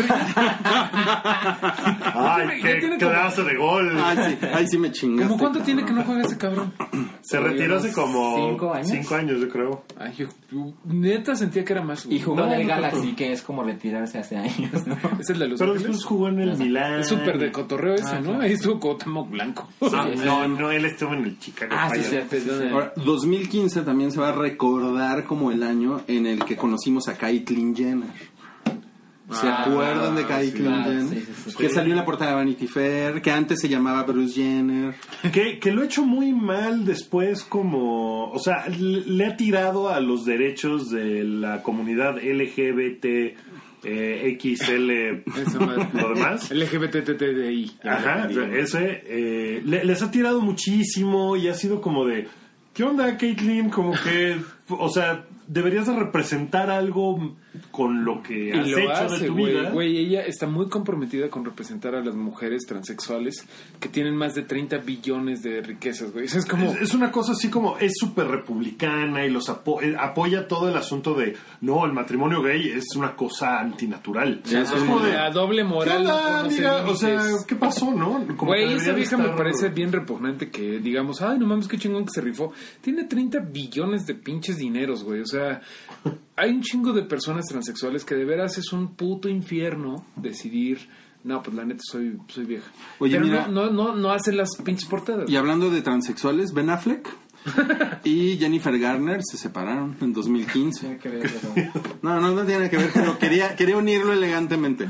Ay, Ya qué tiene clase de gol. Ay, sí me chingaste. ¿Cómo cuánto tiene que no juega ese cabrón? Se retiró hace como 5 años. 5 años, yo creo. Ay, yo neta sentía que era más. güey. Y jugó No, en el no Galaxy, tanto. que es como retirarse hace años, ¿no? Es el de los Pero Ángeles. después jugó en el Milán. Es súper de cotorreo ese, ¿no? claro. Ahí estuvo Cuauhtémoc Blanco. No, él estuvo en el Chicago Fire. cierto. Ahora, 2015 también se va a recordar como el año en el que conocimos a Caitlyn Jenner. ¿Se acuerdan de Caitlyn Jenner? sí. Que salió en la portada de Vanity Fair, que antes se llamaba Bruce Jenner. Que lo ha hecho muy mal después como... O sea, le ha tirado a los derechos de la comunidad LGBT, XL, Esa madre. lo demás. LGBTTDI. Ajá, les ha tirado muchísimo y ha sido como de... ¿Qué onda, Caitlyn? Como que... O sea, deberías de representar algo con lo que Y has lo hecho hace, de tu güey. vida. Güey, ella está muy comprometida con representar a las mujeres transexuales que tienen más de 30 billones de riquezas, güey. O sea, es como... Es una cosa así como, es súper republicana y los apoya todo el asunto de, no, el matrimonio gay es una cosa antinatural. Ya, es como de, la doble moral. ¿qué onda, no conoce amiga? O sea, límites. ¿qué pasó, no? Como Güey, que esa deberían vieja me estar- parece bien repugnante que digamos, ay, no mames, qué chingón que se rifó. Tiene 30 billones de pinches dineros, güey. O sea, hay un chingo de personas transexuales que de veras es un puto infierno decidir, no, pues la neta soy vieja. Oye, pero mira- no hacen las pinches portadas. Y hablando de transexuales, Ben Affleck y Jennifer Garner se separaron en 2015. Tiene que ver eso. No tiene que ver, pero quería unirlo elegantemente.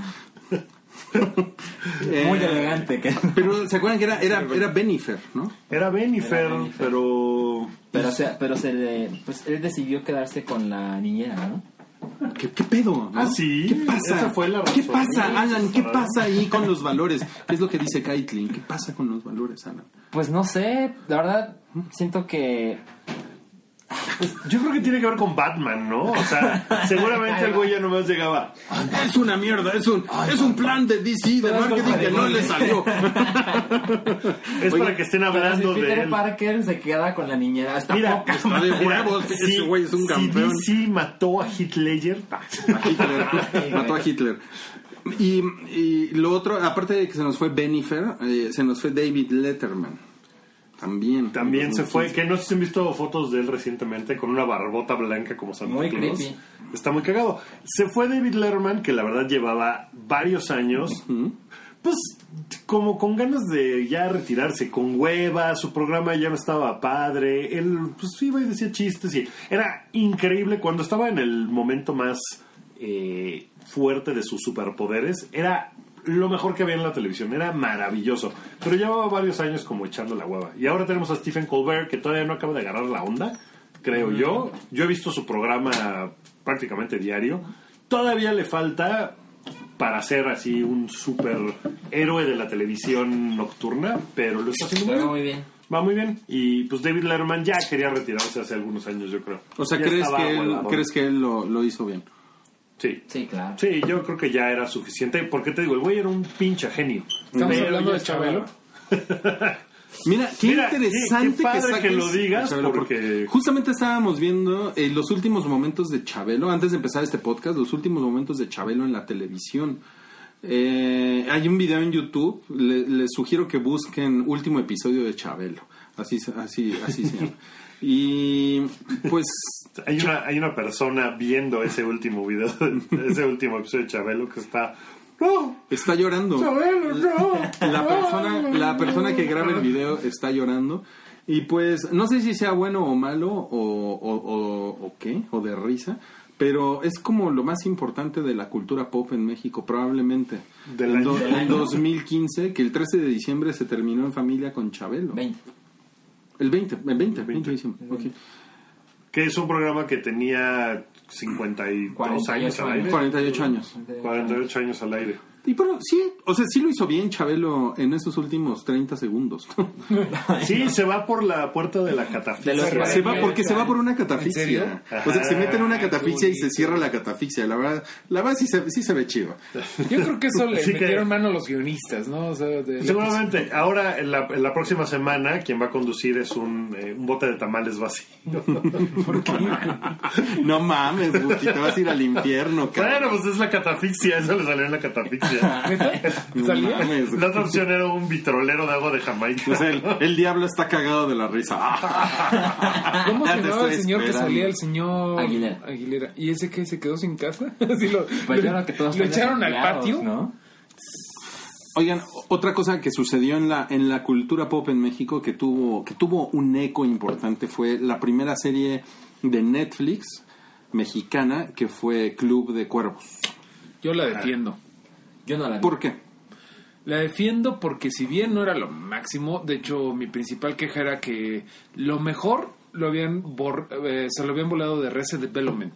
Muy elegante. Pero ¿se acuerdan que era Benifer, ¿no? Era Benifer, Era Benifer. pero... Pero pues él decidió quedarse con la niñera, ¿no? ¿Qué pedo? ¿no? Ah, sí. ¿Qué pasa? Esa fue la ¿Qué razón. pasa, Alan? ¿Qué pasa ahí con los valores? ¿Qué es lo que dice Caitlyn? ¿Qué pasa con los valores, Alan? Pues no sé, la verdad siento que... Yo creo que tiene que ver con Batman, ¿no? O sea, seguramente el güey ya nomás llegaba... Es una mierda, es un plan de DC, de marketing que no le salió. Es para que estén hablando si de Peter él. Parker se queda con la niñera, está Mira, poca Está de huevos, ese güey es un campeón. Si DC mató a Heath Ledger... A Hitler, mató a Hitler. Y lo otro, aparte de que se nos fue Benifer, se nos fue David Letterman. También se fue, que no sé si han visto fotos de él recientemente con una barbota blanca como Santa Muy Claus. creepy. Está muy cagado. Se fue David Letterman, que la verdad llevaba varios años, pues como con ganas de ya retirarse, con hueva, su programa ya no estaba padre, él pues iba y decía chistes y era increíble cuando estaba en el momento más fuerte de sus superpoderes, era lo mejor que había en la televisión, era maravilloso, pero llevaba varios años como echando la hueva. Y ahora tenemos a Stephen Colbert, que todavía no acaba de agarrar la onda, creo yo he visto su programa prácticamente diario, todavía le falta para ser así un super héroe de la televisión nocturna, pero lo está haciendo Pero muy muy bien. bien. Va muy bien. Y pues David Letterman ya quería retirarse hace algunos años, yo creo. O sea, Ya ¿crees estaba huevadón. que él lo hizo bien? Sí. Sí, claro. Sí, yo creo que ya era suficiente. Porque te digo, el güey era un pinche genio. Estamos Pero hablando ya de Chabelo. Mira, qué interesante qué padre saques que lo digas, Chabelo, porque- justamente estábamos viendo los últimos momentos de Chabelo, antes de empezar este podcast, los últimos momentos de Chabelo en la televisión. Hay un video en YouTube, les sugiero que busquen último episodio de Chabelo, así se llama. Y pues hay una persona viendo ese último video, ese último episodio de Chabelo que está... ¡No! Está llorando. Chabelo, no. La persona que graba el video está llorando. Y pues no sé si sea bueno o malo o qué, o de risa, pero es como lo más importante de la cultura pop en México, probablemente. En 2015, que el 13 de diciembre se terminó En Familia con Chabelo. 20. El 20 de diciembre. Okay. Que es un programa que tenía 52 años al aire. 48 años. 48 años al aire. Y pero sí, o sea, sí lo hizo bien Chabelo en esos últimos 30 segundos. Sí, se va por la puerta de la catafixia. Se va por una catafixia. ¿En serio? O sea, se mete en una catafixia y se cierra la catafixia. La verdad sí se ve chido. Yo creo que eso le Sí, metieron mano a los guionistas, ¿no? O sea, Seguramente. Ahora, en la próxima semana, quien va a conducir es un bote de tamales vacío. ¿Por qué? No mames, Buki, te vas a ir al infierno, cabrón. Bueno, pues es la catafixia. Eso le salió en la catafixia. No ¿Salía? mames. La otra opción era un vitrolero de agua de Jamaica. O sea, el diablo está cagado de la risa. ¿Cómo se Ya te llamaba el estoy señor que esperando. salía? El señor Aguilera. ¿Y ese que se quedó sin casa? Así lo Pues yo creo que todos lo están echaron al empleados, patio. ¿no? Oigan, otra cosa que sucedió en la cultura pop en México que tuvo un eco importante fue la primera serie de Netflix mexicana que fue Club de Cuervos. Yo la defiendo. Yo no la vi. ¿Por qué? La defiendo porque si bien no era lo máximo, de hecho mi principal queja era que lo mejor se lo habían volado de Arrested Development,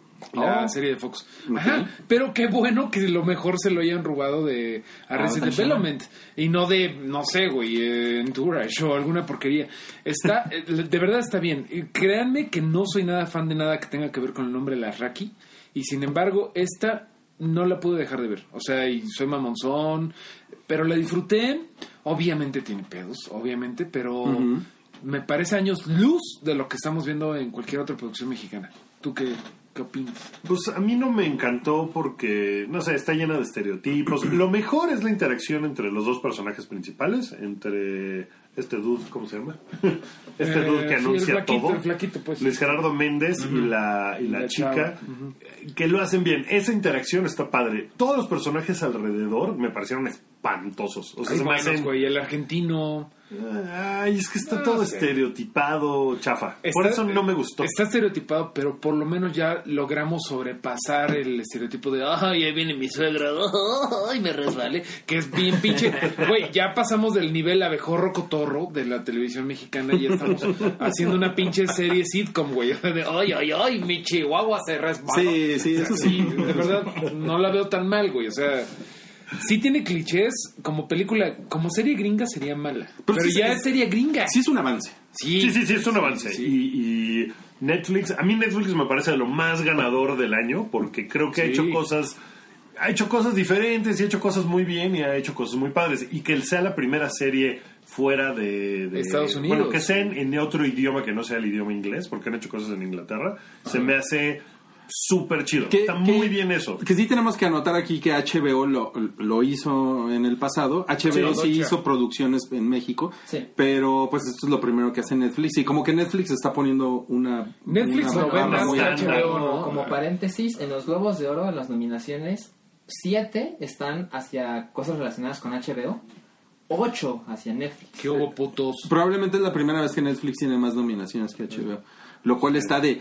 la serie de Fox. Ajá, pero qué bueno que lo mejor se lo hayan robado de Arrested Development y no de, no sé, güey, Entourage o alguna porquería. Está, de verdad está bien. Créanme que no soy nada fan de nada que tenga que ver con el nombre de la Raki y sin embargo esta no la pude dejar de ver. O sea, y soy mamonzón, pero la disfruté. Obviamente tiene pedos, obviamente, pero me parece años luz de lo que estamos viendo en cualquier otra producción mexicana. ¿Tú qué opinas? Pues a mí no me encantó porque, no sé, está llena de estereotipos. Lo mejor es la interacción entre los dos personajes principales, entre este dude, ¿cómo se llama? Este dude que anuncia todo. El flaquito, pues. Luis Gerardo Méndez y la chica, que lo hacen bien. Esa interacción está padre. Todos los personajes alrededor me parecieron espantosos. O sea, Ay, se me buenos, hacen... güey, el argentino. Ay, es que está todo estereotipado, chafa. Por Está- eso no me gustó. Está estereotipado, pero por lo menos ya logramos sobrepasar el estereotipo de ay, ahí viene mi suegra, ay, me resbalé, que es bien pinche. Güey, ya pasamos del nivel abejorro cotorro de la televisión mexicana y ya estamos haciendo una pinche serie sitcom, güey. De ay, mi chihuahua se resbaló. Sí, eso sí. De verdad, no la veo tan mal, güey. O sea, sí tiene clichés, como película, como serie gringa sería mala. Pero sí, ya es serie gringa. Sí es un avance. Sí, es un avance. Sí. Y Netflix, a mí Netflix me parece de lo más ganador del año porque creo que ha hecho cosas diferentes y ha hecho cosas muy bien y ha hecho cosas muy padres. Y que sea la primera serie fuera de Estados Unidos. Bueno, que sea en otro idioma que no sea el idioma inglés, porque han hecho cosas en Inglaterra, se me hace súper chido. Está muy bien eso. Que sí tenemos que anotar aquí que HBO lo hizo en el pasado. HBO sí hizo producciones en México, pero pues esto es lo primero que hace Netflix. Y como que Netflix está poniendo Netflix lo ve más que HBO, ¿no? Como paréntesis, en los Globos de Oro, en las nominaciones, 7 están hacia cosas relacionadas con HBO, 8 hacia Netflix. ¿Qué hubo, putos? Probablemente es la primera vez que Netflix tiene más nominaciones que HBO, lo cual está de...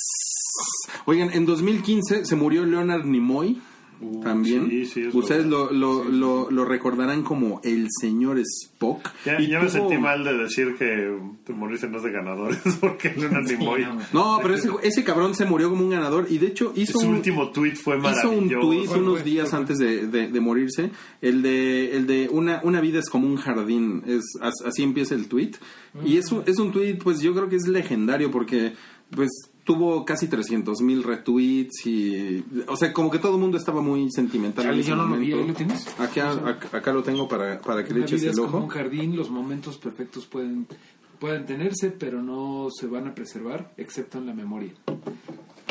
Oigan, en 2015 se murió Leonard Nimoy. También sí, ustedes lo recordarán como el señor Spock. Ya me sentí mal de decir que te moriste no es de ganadores porque Leonard Nimoy. No, pero ese cabrón se murió como un ganador y de hecho hizo su último tweet fue maravilloso. Hizo un tweet unos días antes de morirse, el de una vida es como un jardín, así empieza el tweet. Y es un tweet, pues yo creo que es legendario porque pues tuvo casi 300,000 retweets y... O sea, como que todo el mundo estaba muy sentimental. Chale, en ese yo no lo vi, momento. ¿ahí lo tienes? Acá lo tengo para que le La eches vida el es como un ojo. jardín, los momentos perfectos pueden tenerse, pero no se van a preservar, excepto en la memoria.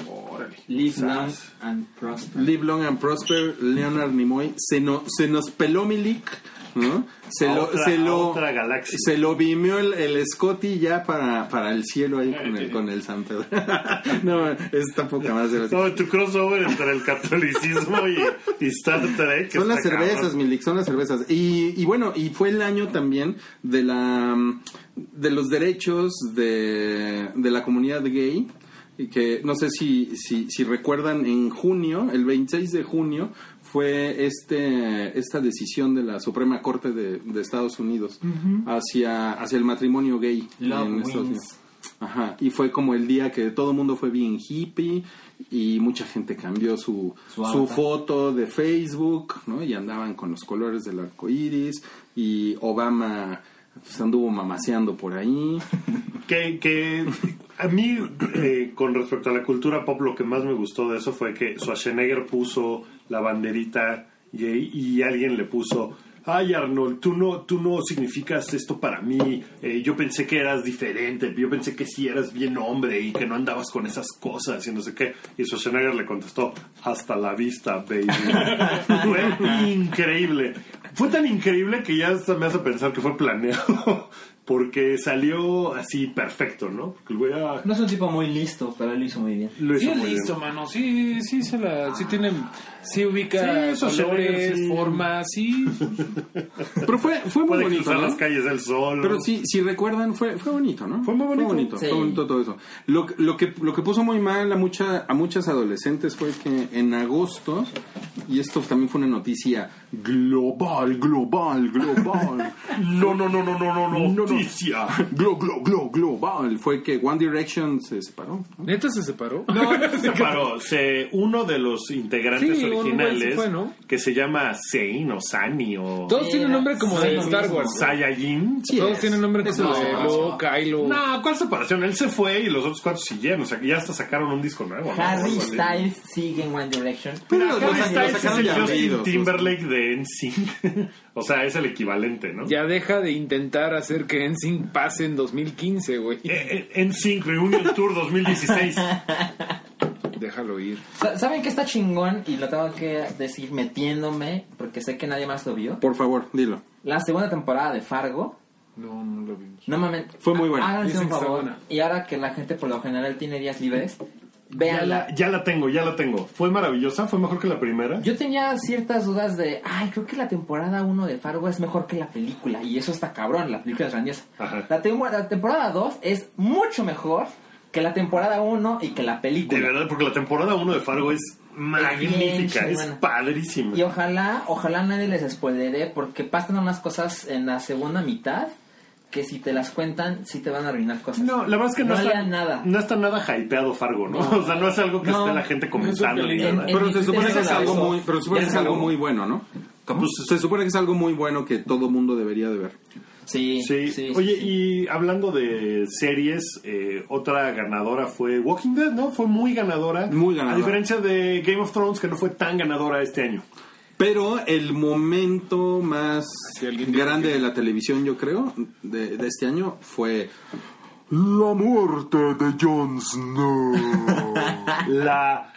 Live long and prosper. Live long and prosper, Leonard Nimoy. Se nos peló Milik, ¿no? Otra galaxia. Se lo vimeó el Scotty ya para el cielo ahí con el San Pedro. No, esta poca más de No, tu crossover entre el catolicismo y Star Trek. Son las cervezas, Milik, son las cervezas. Y bueno, y fue el año también de los derechos de la comunidad gay. Y que no sé si recuerdan, en junio, el 26 de junio, fue esta decisión de la Suprema Corte de Estados Unidos hacia el matrimonio gay en Estados Unidos. Ajá, y fue como el día que todo el mundo fue bien hippie y mucha gente cambió su foto de Facebook, ¿no? Y andaban con los colores del arco iris, y Obama pues anduvo mamaseando por ahí. Que a mí, con respecto a la cultura pop, lo que más me gustó de eso fue que Schwarzenegger puso la banderita gay y alguien le puso: ay, Arnold, tú no significas esto para mí. Yo pensé que eras diferente. Yo pensé que sí eras bien hombre y que no andabas con esas cosas y no sé qué. Y Schwarzenegger le contestó: hasta la vista, baby. Fue increíble. Fue tan increíble que ya hasta me hace pensar que fue planeado. Porque salió así perfecto, ¿no? Porque el güey no es un tipo muy listo, pero él lo hizo muy bien. Sí, es listo, mano. Sí tiene... Sí ubica colores, formas, sí. Pero fue muy puede bonito, cruzar ¿no? las calles del sol. Pero sí, si recuerdan, fue bonito, ¿no? Fue muy bonito. Fue bonito todo eso. Lo que puso muy mal a muchas adolescentes fue que en agosto, y esto también fue una noticia global. No. Noticia. Global. Fue que One Direction se separó, ¿no? ¿Neta se separó? No se separó. Uno de los integrantes originales, fue, ¿no? que se llama Zane o Sani o... Todos tienen nombre como de Star Wars. Saiyajin. Todos tienen nombre como de Luke, Kylo. No, ¿cuál separación? Él se fue y los otros cuatro siguieron. O sea, que ya hasta sacaron un disco nuevo, ¿no? Harry Styles sigue en One Direction. Pero Harry Styles es el Justin leídos, Timberlake de NSYNC. O sea, es el equivalente, ¿no? Ya deja de intentar hacer que NSYNC pase en 2015, güey. NSYNC Reunion Tour 2016. Déjalo ir. ¿Saben qué está chingón? Y lo tengo que decir metiéndome, porque sé que nadie más lo vio. Por favor, dilo. La segunda temporada de Fargo. No lo vimos. No mames. Fue muy buena. Háganse Dicen un que está favor. buena. Y ahora que la gente por lo general tiene días libres, véanla. Ya la tengo. Fue maravillosa, fue mejor que la primera. Yo tenía ciertas dudas de, creo que la temporada 1 de Fargo es mejor que la película. Y eso está cabrón, la película es grandiosa. Ajá. La temporada 2 es mucho mejor que la temporada 1 y que la película. De verdad, porque la temporada 1 de Fargo es magnífica, es padrísima. Y ojalá nadie les spoileré, porque pasan unas cosas en la segunda mitad que si te las cuentan, sí te van a arruinar cosas. No, la verdad es que no está nada hypeado Fargo, ¿no? O sea, no es algo que esté la gente comentando ni nada. Pero se supone que es algo muy bueno, ¿no? Pues se supone que es algo muy bueno que todo mundo debería de ver. Sí. Oye, y hablando de series, otra ganadora fue Walking Dead, ¿no? Fue muy ganadora. Muy ganadora. A diferencia de Game of Thrones, que no fue tan ganadora este año. Pero el momento más grande de la televisión, yo creo, de este año fue la muerte de Jon Snow. La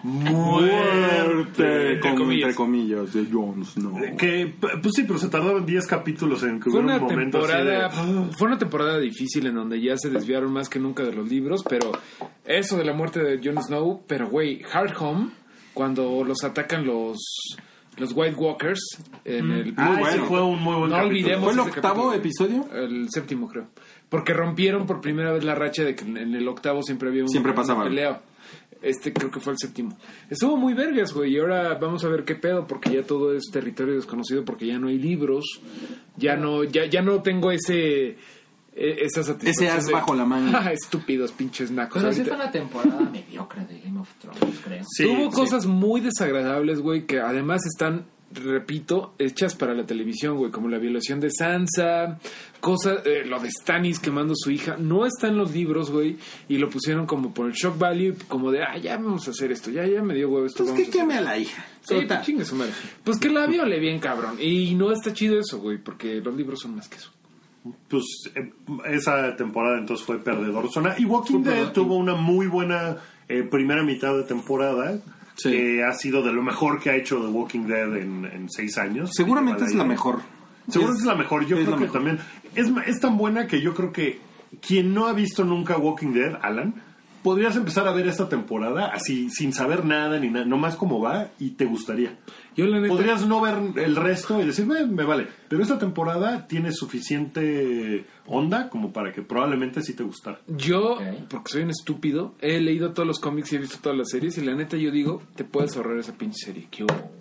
muerte, entre comillas, de Jon Snow. Que, pues sí, pero se tardaron 10 capítulos en que hubiera un momento Fue una temporada difícil en donde ya se desviaron más que nunca de los libros, pero eso de la muerte de Jon Snow, pero güey, Hard Home, cuando los atacan los White Walkers en el... ese fue un muy buen no capítulo. olvidemos. ¿Fue el ese octavo capítulo. episodio? El séptimo, creo. Porque rompieron por primera vez la racha de que en el octavo siempre había pasaba. una pelea. Creo que fue el séptimo. Estuvo muy vergas, güey. Y ahora vamos a ver qué pedo, porque ya todo es territorio desconocido, porque ya no hay libros. Ya no tengo esa satisfacción. Ese as bajo la manga. Estúpidos, pinches nacos. Pero sí fue una temporada mediocre de Game of Thrones, creo. Sí, Tuvo cosas muy desagradables, güey, que además están, repito, hechas para la televisión, güey, como la violación de Sansa, lo de Stannis quemando a su hija. No está en los libros, güey, y lo pusieron como por el shock value, como de, ya vamos a hacer esto, ya me dio huevo esto. Pues que queme a la hija. Sí, pues chingue su madre. Pues que la viole bien, cabrón. Y no está chido eso, güey, porque los libros son más que eso. Pues esa temporada entonces fue perdedor zona. Y Walking Dead tuvo una muy buena primera mitad de temporada, Sí. que ha sido de lo mejor que ha hecho The Walking Dead en 6 años. Seguramente es la Vale. mejor. Seguramente es la mejor. Yo es creo la que mejor. también es tan buena que yo creo que quien no ha visto nunca Walking Dead, Alan, podrías empezar a ver esta temporada así sin saber nada ni nada, nomás cómo va y te gustaría. Yo la neta... Podrías no ver el resto y decir, me vale. Pero esta temporada tiene suficiente onda como para que probablemente sí te gustara. Yo, Ok. porque soy un estúpido, he leído todos los cómics y he visto todas las series y la neta yo digo, te puedes ahorrar esa pinche serie. ¿Qué hubo?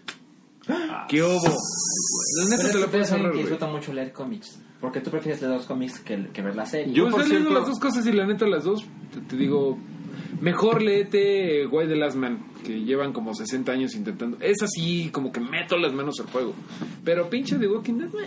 ¿Qué hubo? La neta Pero te la tú puedes eres alguien ahorrar, que güey. disfruta mucho leer cómics. Porque tú prefieres leer los cómics que ver la serie. Yo, Pues por he leído cierto- las dos cosas y la neta las dos, te digo, mejor léete Why the Last Man, que llevan como 60 años intentando. Es así, como que meto las manos al fuego. Pero pinche The Walking Dead,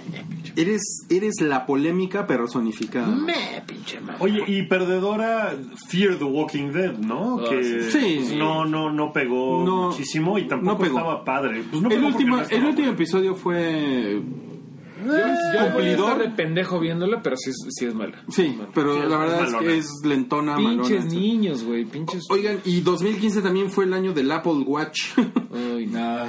Eres la polémica personificada. pinche madre. Oye, y perdedora Fear the Walking Dead, ¿no? Ah, Que sí. no pegó No, muchísimo y tampoco no pegó. estaba padre. Pues no El pegó último, porque no el estaba último padre. episodio fue... Yo voy a cumplidor. estar de pendejo viéndola, pero sí es mala. Sí, pero Sí, la es verdad es malona. que es lentona, Pinches malona. niños, güey, pinches... Oigan, y 2015 también fue el año del Apple Watch. Ay, no.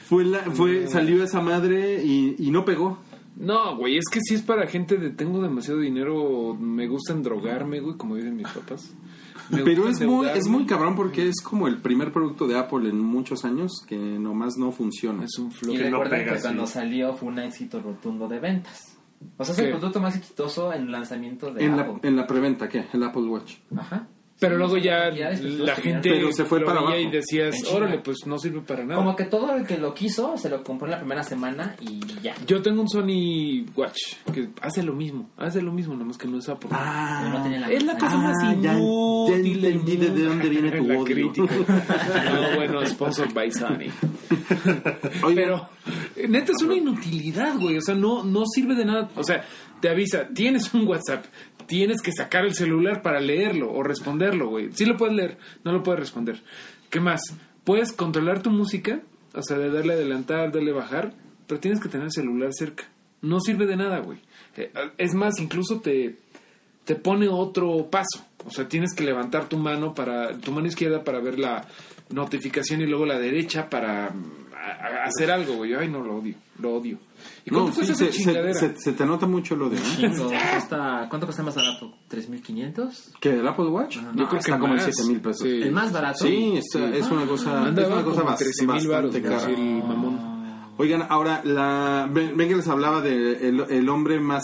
Salió esa madre y no pegó. No, güey, es que si es para gente de tengo demasiado dinero, me gusta endrogarme, güey, como dicen mis papás. Me Pero gusta es endeudarme. muy cabrón porque es como el primer producto de Apple en muchos años que nomás no funciona. Es un flop. Y que no recuerden pega, que cuando sí. salió fue un éxito rotundo de ventas. O sea, es ¿Qué? el producto más exitoso en el lanzamiento de En Apple. la preventa, ¿qué? El Apple Watch. Ajá. Pero luego ya Ya después la todos gente Pero se fue lo para veía abajo. y decías, En China. órale, pues no sirve para nada. Como que todo el que lo quiso se lo compró en la primera semana y ya. Yo tengo un Sony Watch que hace lo mismo, nomás que no es Apple. Pero no tenía la Es la manzana. cosa más ya inútil del entendí de mundo. dónde viene tu La odio. crítica. No, bueno, sponsored by Sony. Oigan, Pero, neta, es una inutilidad, güey. O sea, no sirve de nada. O sea, te avisa, tienes un WhatsApp, tienes que sacar el celular para leerlo o responderlo, güey. Sí lo puedes leer, no lo puedes responder. ¿Qué más? Puedes controlar tu música, o sea, de darle a adelantar, darle a bajar, pero tienes que tener el celular cerca. No sirve de nada, güey. Es más, incluso te pone otro paso. O sea, tienes que levantar tu mano izquierda para ver la notificación y luego la derecha para hacer algo, güey. Ay, no, lo odio. ¿Y no, cuánto cuesta sí, esa chingadera? se te nota mucho lo de... ¿Cuánto cuesta más barato? ¿3,500? ¿Que el Apple Watch? Yo No, creo que está como en más. 7,000 pesos. Sí. ¿El más barato? Sí, es una cosa, es Andaba una cosa como 13,000 varos, bastante güey, cara. así el mamón. Oigan, ahora, ven que les hablaba de el hombre más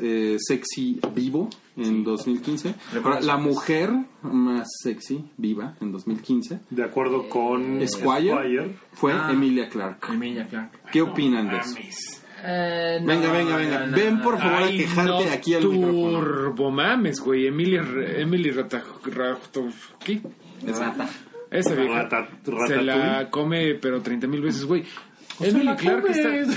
sexy vivo en 2015. Ahora, la mujer más sexy viva en 2015 De acuerdo con Squire fue Emilia Clarke. Emilia Clarke. ¿Qué opinan de eso? No, Venga. no, Ven no. por favor a Ay, quejarte no, aquí al micrófono. turbo mames, güey. Emily Ratajkowski. Rata. Esa vieja se la come, pero 30,000 veces, güey. Emily Clarke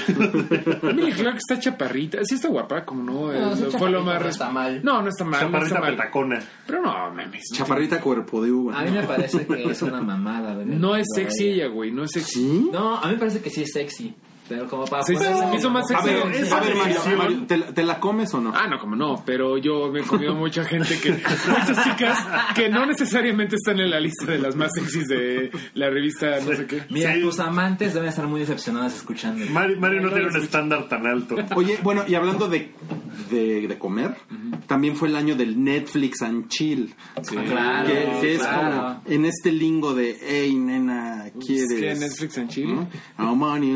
está chaparrita. Sí está guapa, como no. No, sí, fue lo chaparrita, más no está mal. No está mal. No Chaparrita está mal. petacona. Pero no, mames. Chaparrita cuerpo de uva. A mí me parece que es una mamada. ¿verdad? No es sexy ella, güey. No es sexy. ¿Sí? No, a mí me parece que sí es sexy. Pero como para Sí, ponerse- se me hizo más A sexy. ver, esa Mario, decisión- ¿te la comes o no? Ah, no, como no, pero yo me he comido mucha gente muchas chicas que no necesariamente están en la lista de las más sexys de la revista no sé qué. Mira, Sí. tus amantes deben estar muy decepcionados escuchando. Mario no tiene un estándar tan alto. Oye, bueno, y hablando de comer, también fue el año del Netflix and Chill. Claro, Que es claro. como en este lingo de, hey, nena, ¿quieres? ¿Qué, Netflix and Chill? Oh, money.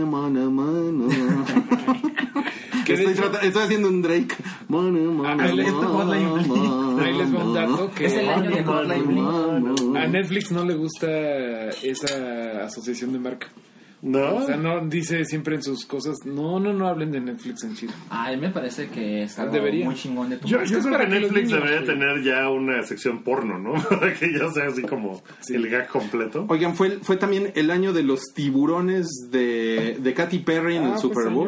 Que de hecho- Estoy haciendo un Drake. Ahí les va un dato que Es el año de Hotline Bling. a Netflix no le gusta esa asociación de marca. ¿No? O sea, no dice siempre en sus cosas, no hablen de Netflix and Chill. A mí me parece que es algo Debería. muy chingón de tu Yo marca. es creo para que que los Netflix niños, debería güey. tener ya una sección porno, ¿no? Para que ya sea así como el gag completo. Oigan, fue también el año de los tiburones de Katy Perry en el fue Super ese Bowl. año.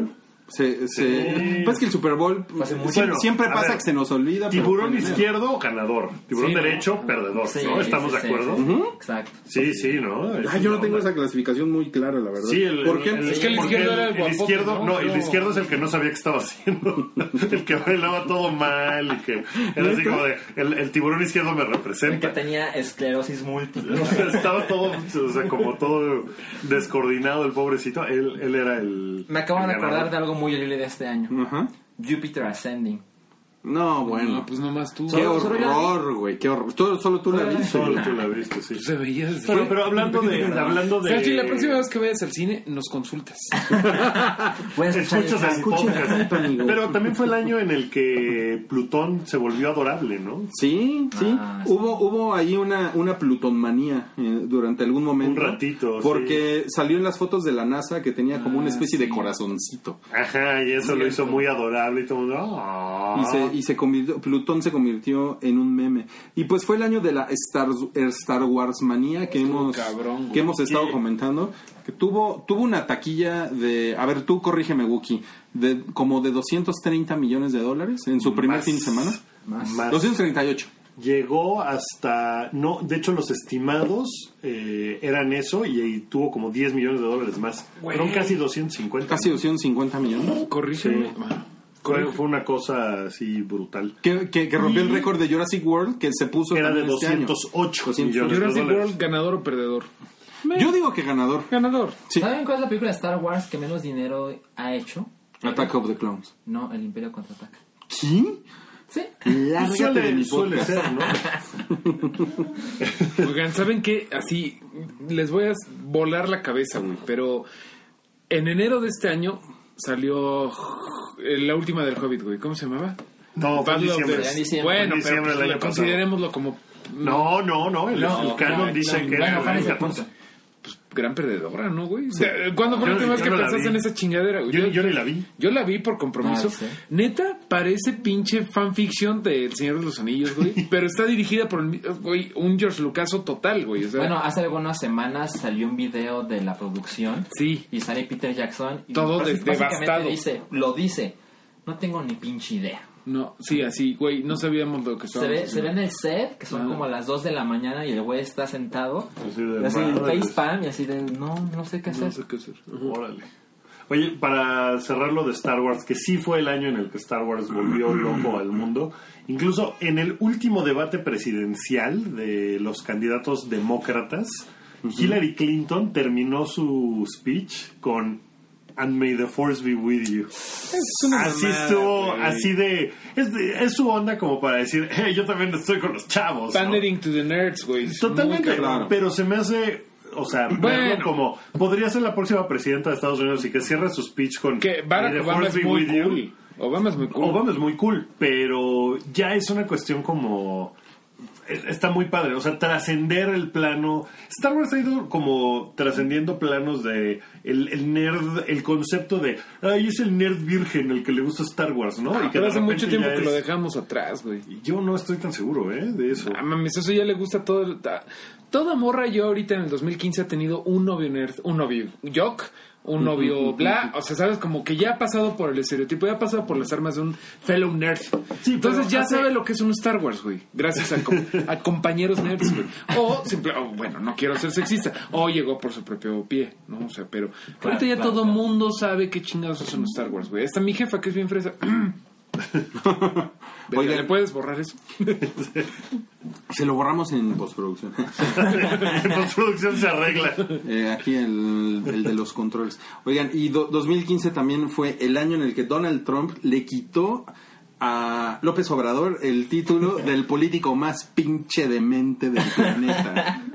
Pues que el Super Bowl siempre a pasa ver, que se nos olvida. Tiburón izquierdo, ganador. Tiburón derecho, perdedor. Sí, ¿no? ¿Estamos de acuerdo? Exacto. Sí, ¿no? Yo no tengo esa clasificación muy clara, la verdad. Sí, ¿Por qué? Es que el izquierdo era el guapote, izquierdo, ¿no? el izquierdo es el que no sabía qué estaba haciendo. El que bailaba todo mal y que era así como de el tiburón izquierdo me El que representa. tenía esclerosis múltiple. Estaba todo, o sea, como todo descoordinado el pobrecito. Él era el. Me acabo de el acordar ganador. de algo muy horrible de este año. Ajá. Jupiter Ascending. No, bueno. No, pues nomás tú. Qué Solo yo la horror, güey. Qué horror. Solo tú la viste. Solo tú la viste, sí. Se veía desde Pero hablando de Sergi, la próxima vez que vayas al cine, nos consultas. Voy a escuchar escuchas el podcast. tanto, amigo. Pero también fue el año en el que Plutón se volvió adorable, ¿no? Sí. Ah, sí. Hubo ahí una Plutonmanía durante algún momento. Un ratito, Porque salió en las fotos de la NASA que tenía como una especie de corazoncito. Ajá, y eso lo hizo muy adorable y todo el mundo. "Ah". Y se convirtió, Plutón se convirtió en un meme. Y pues fue el año de la Star Wars manía que hemos estado comentando. Que tuvo una taquilla de, a ver, tú corrígeme, Wookie, de como de $230 millones en su primer fin de semana. Más. 238. Llegó hasta, no, de hecho los estimados eran eso y tuvo como $10 millones más. Fueron casi 250. Casi 250 millones. Corrígeme. Sí. Fue una cosa así brutal. Que rompió el récord de Jurassic World, que se puso Era de también este año. 208 millones de Jurassic dólares. World, ganador o perdedor. Yo digo que ganador. Ganador. Sí. ¿Saben cuál es la película de Star Wars que menos dinero ha hecho? Attack of the Clones. No, El Imperio Contraataca. ¿Qué? Sí. Lárgate de mi Suele podcast. ser, ¿no? Oigan, ¿saben qué? Así les voy a volar la cabeza, güey. Pero en enero de este año salió la última del Hobbit, güey. ¿Cómo se llamaba? No, fue en Battle of diciembre. the- diciembre. Bueno, Fue en diciembre pero del año pues, considerémoslo como No, el canon dice que Bueno, era ¿cuál es el 14. punto? gran perdedora, ¿no, güey? O sea, ¿cuándo fue la última vez que no la pensaste vi. en esa chingadera, güey? Yo ni la vi. Yo la vi por compromiso. Ah, sí. Neta, parece pinche fanfiction de El Señor de los Anillos, güey. Pero está dirigida por güey, un George Lucaso total, güey. O sea, Bueno, hace algunas semanas salió un video de la producción. sí. Y sale Peter Jackson. Y Todo básicamente devastado. lo dice. No tengo ni pinche idea. No, sí, así, güey. No sabíamos lo que Se estábamos ve haciendo. en el set, que son como las 2 de la mañana y el güey está sentado. Así de Y así madres. facepalm y así de, no sé qué hacer. No sé qué hacer. Órale. Oye, para cerrar lo de Star Wars, que sí fue el año en el que Star Wars volvió loco al mundo, incluso en el último debate presidencial de los candidatos demócratas, Hillary Clinton terminó su speech con "And may the force be with you". Así estuvo, güey. así es su onda como para decir, hey, yo también estoy con los chavos, ¿no? Pandering to the nerds, güey. Totalmente, Muy claro. pero se me hace, o sea, verlo como podría ser la próxima presidenta de Estados Unidos y que cierre su speech con Que Barack "May the Obama force es be muy with you". cool. Obama es muy cool. Obama es muy cool, pero ya es una cuestión como está muy padre, o sea, trascender el plano. Star Wars ha ido como trascendiendo planos de el nerd, el concepto de ay, es el nerd virgen el que le gusta Star Wars, ¿no? Y que Pero de hace mucho repente tiempo ya que es- lo dejamos atrás, güey. Yo no estoy tan seguro, de eso. Ah, mames, eso ya le gusta todo. Toda morra yo ahorita en el 2015 ha tenido un novio nerd, un novio jock, un novio bla. O sea, sabes, como que ya ha pasado por el estereotipo, ya ha pasado por las armas de un fellow nerd. Sí, Entonces pero ya hace- sabe lo que es un Star Wars, güey. Gracias a compañeros nerds, güey. O, bueno, no quiero ser sexista. O llegó por su propio pie, ¿no? O sea, pero ahorita ya todo mundo sabe qué chingados es un Star Wars, güey. Hasta mi jefa, que es bien fresa. Oiga, ¿le puedes borrar eso? Se lo borramos en postproducción. En postproducción se arregla. Aquí el de los controles. Oigan, y 2015 también fue el año en el que Donald Trump le quitó a López Obrador el título del político más pinche demente del planeta.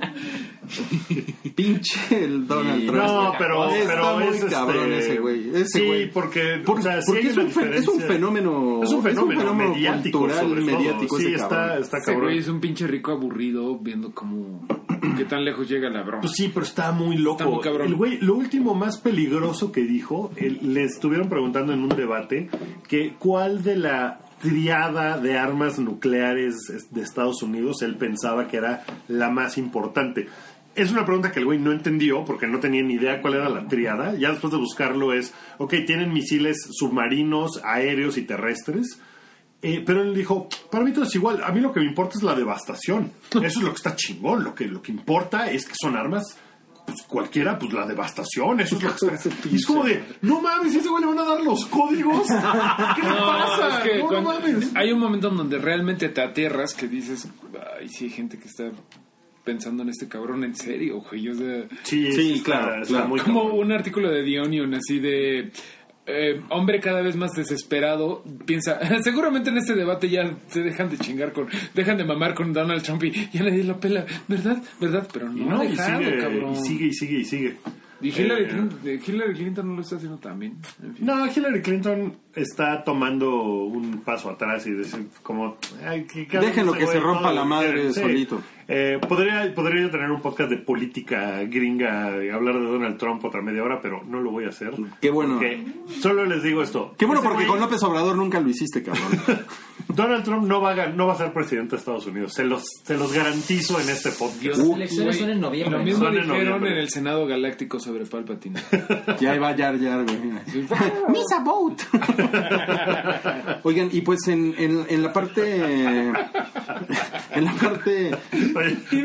Pinche el Donald Trump. No, pero Está muy es cabrón ese güey. Ese sí, güey. porque o sea, sí porque hay es una un, es un diferencia. fenómeno. Es un fenómeno mediático, cultural, sobre todo. mediático. Sí, ese cabrón. está Ese cabrón. güey es un pinche rico aburrido viendo cómo qué tan lejos llega la broma. Pues sí, pero está muy loco. Está muy cabrón. El güey, lo último más peligroso que dijo, le estuvieron preguntando en un debate que cuál de la triada de armas nucleares de Estados Unidos él pensaba que era la más importante. es una pregunta que el güey no entendió porque no tenía ni idea cuál era la tríada. Ya después de buscarlo es, ok, tienen misiles submarinos, aéreos y terrestres. Pero él dijo, para mí todo es igual, a mí lo que me importa es la devastación. Eso es lo que está chingón, lo que importa es que son armas, pues cualquiera, pues la devastación, eso es lo que está. Y es como de, no mames, ¿ese güey le van a dar los códigos? ¿Qué le pasa? Es que No mames. hay un momento en donde realmente te aterras que dices, ay, sí hay gente que está pensando en este cabrón en serio, güey. O sea, Sí, claro. muy como cabrón. un artículo de The Onion así de hombre cada vez más desesperado piensa, seguramente en este debate ya se dejan de mamar con Donald Trump y ya nadie lo pela, ¿verdad? Pero Y no, no, ha y dejado, sigue, cabrón. y sigue. Y Hillary Clinton no lo está haciendo tan bien. En fin. No, Hillary Clinton está tomando un paso atrás y decir como... Ay, Déjenlo que se rompa la madre Sí. solito. Podría yo tener un podcast de política gringa y hablar de Donald Trump otra media hora, pero no lo voy a hacer. Qué bueno. Porque solo les digo esto. Qué bueno, Ese porque güey- con López Obrador nunca lo hiciste, cabrón. Donald Trump no va a ser presidente de Estados Unidos. Se los garantizo en este podcast. Las elecciones son en noviembre. Lo mismo Son en dijeron noviembre. en el Senado Galáctico sobre Palpatine. Ya iba Jar Jar, güey. Misa vote. Oigan, y pues en la parte... En la parte... Oye,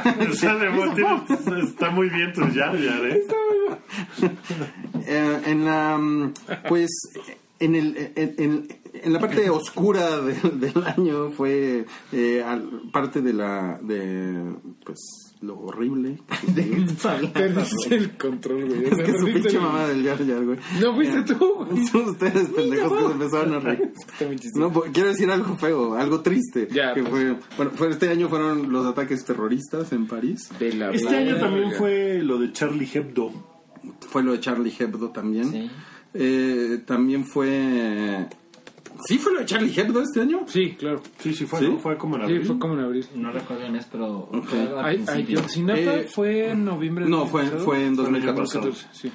está muy bien tu Jar Jar, ¿eh? en la... Pues... En la parte oscura del año fue parte de pues lo horrible. Perdiste el control, güey. Es que su pinche mamá del Jar Jar, güey. No fuiste tú, güey. Son ustedes pendejos que se empezaron a reír. Está muy chistoso. No, quiero decir algo feo, algo triste. Ya, que pues. fue este año fueron los ataques terroristas en París. De la Este año verga. también fue lo de Charlie Hebdo. Fue lo de Charlie Hebdo también. Sí. También fue... ¿Sí fue lo de Charlie Hebdo este año? Sí, claro. Sí, fue, ¿Sí? ¿no? Fue como en Sí, abril. fue como en abril. No recuerdo el mes, pero Ok. fue al principio. Ayotzinapa fue en noviembre. del No, año fue pasado. en 2014. 2014, sí.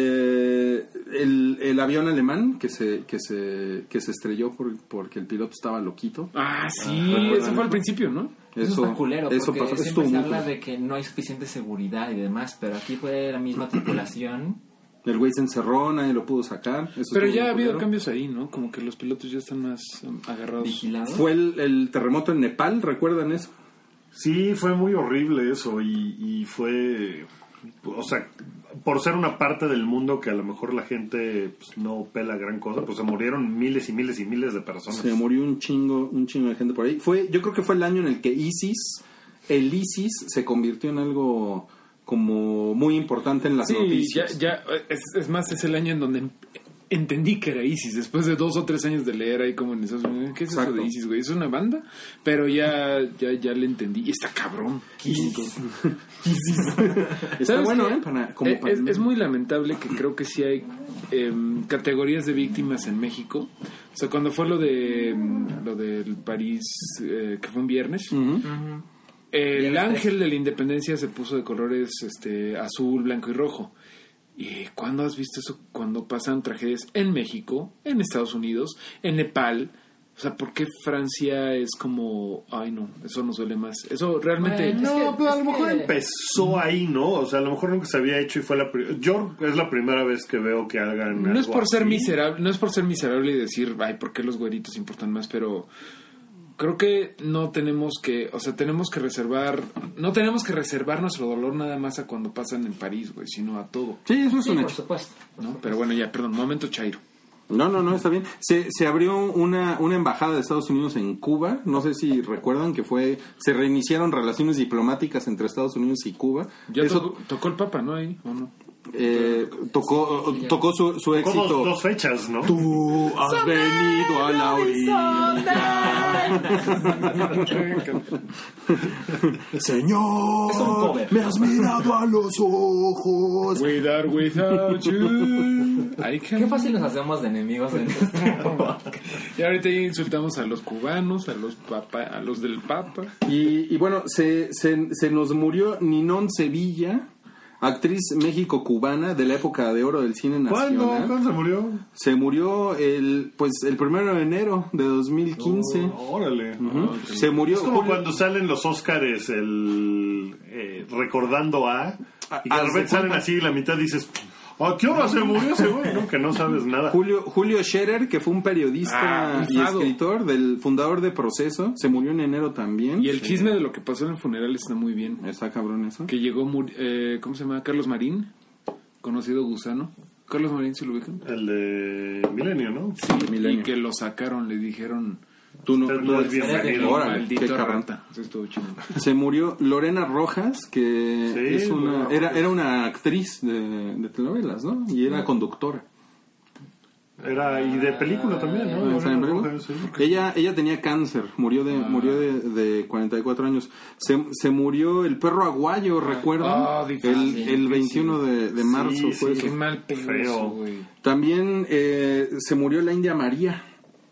El avión alemán que se estrelló porque el piloto estaba loquito. Ah, sí, eso fue al principio, ¿no? Eso está culero, eso porque pasó, siempre estuvo se muy habla culero. de que no hay suficiente seguridad y demás, pero aquí fue la misma tripulación. El güey se encerró, nadie lo pudo sacar. Eso Pero estuvo ya muy ha habido culero. cambios ahí, ¿no? Como que los pilotos ya están más agarrados. Vigilados. Fue el terremoto en Nepal, ¿recuerdan eso? Sí, fue muy horrible eso y fue, o sea, por ser una parte del mundo que a lo mejor la gente pues, no pela gran cosa, pues se murieron miles y miles y miles de personas. Se murió un chingo de gente por ahí. Yo creo que fue el año en el que el ISIS se convirtió en algo como muy importante en las Sí, noticias. es más, es el año en donde entendí que era ISIS, después de 2 o 3 años de leer ahí como en esos... ¿Qué es Exacto. eso de ISIS, güey? Es una banda, pero ya le entendí. Y está cabrón. Está ¿Sabes bueno, qué? ¿eh? Es muy lamentable que creo que sí hay categorías de víctimas en México. O sea, cuando fue lo del París, que fue un viernes... Ujú. El ángel de la independencia se puso de colores azul, blanco y rojo. ¿Y cuándo has visto eso? Cuando pasan tragedias en México, en Estados Unidos, en Nepal. O sea, ¿por qué Francia es como... Ay, no, eso nos duele más? Eso realmente... Bueno, No, Es que- pero a lo es mejor que- empezó ahí, ¿no? O sea, a lo mejor nunca se había hecho y fue yo es la primera vez que veo que hagan No es algo por ser así. miserable, no es por ser miserable y decir, ay, ¿por qué los güeritos importan más? Pero creo que no tenemos que, o sea, no tenemos que reservar nuestro dolor nada más a cuando pasan en París, güey, sino a todo, Sí, eso es Sí, un por hecho. supuesto. ¿no? Pero bueno, ya, perdón, momento Chairo. No, está bien. Se abrió una embajada de Estados Unidos en Cuba. No sé si recuerdan que se reiniciaron relaciones diplomáticas entre Estados Unidos y Cuba. Ya Eso tocó el Papa, ¿no? Ahí, ¿o no? tocó su Tocó éxito. dos fechas, ¿no? Tú has venido a la orilla. Señor, Es un cover. me has mirado a los ojos. Without you. Qué fácil nos hacemos de enemigos en este podcast. Y ahorita ya insultamos a los cubanos, a los del Papa. Y bueno, se nos murió Ninón Sevilla actriz México-cubana de la época de oro del cine nacional. ¿Cuándo se murió? Se murió el 1 de enero de 2015. Órale. Se murió. Es como cuando salen los Óscares recordando y que de repente salen así y la mitad dices, ¿a qué hora se murió ese güey? No, que no sabes nada. Julio Scherer, que fue un periodista y escritor, del fundador de Proceso, se murió en enero también. Y el chisme de lo que pasó en el funeral está muy bien. Está cabrón eso. Que llegó, ¿cómo se llama? Carlos Marín, conocido Gusano. Carlos Marín, ¿sí lo ubican? El de Milenio, ¿no? Sí, Milenio. Y que lo sacaron, le dijeron... Tú no eres bienvenido. Órale, maldito qué cabrón. rata. Eso estuvo chido. Se murió Lorena Rojas, que es era una actriz de telenovelas, ¿no? Y era conductora. Y de película también, ¿no? ¿Está en película? Sí. Ella tenía cáncer, murió de 44 años. Se murió el perro aguayo, ¿recuerdan? El 21 de marzo fue eso. Qué mal pedo, güey. También se murió la India María.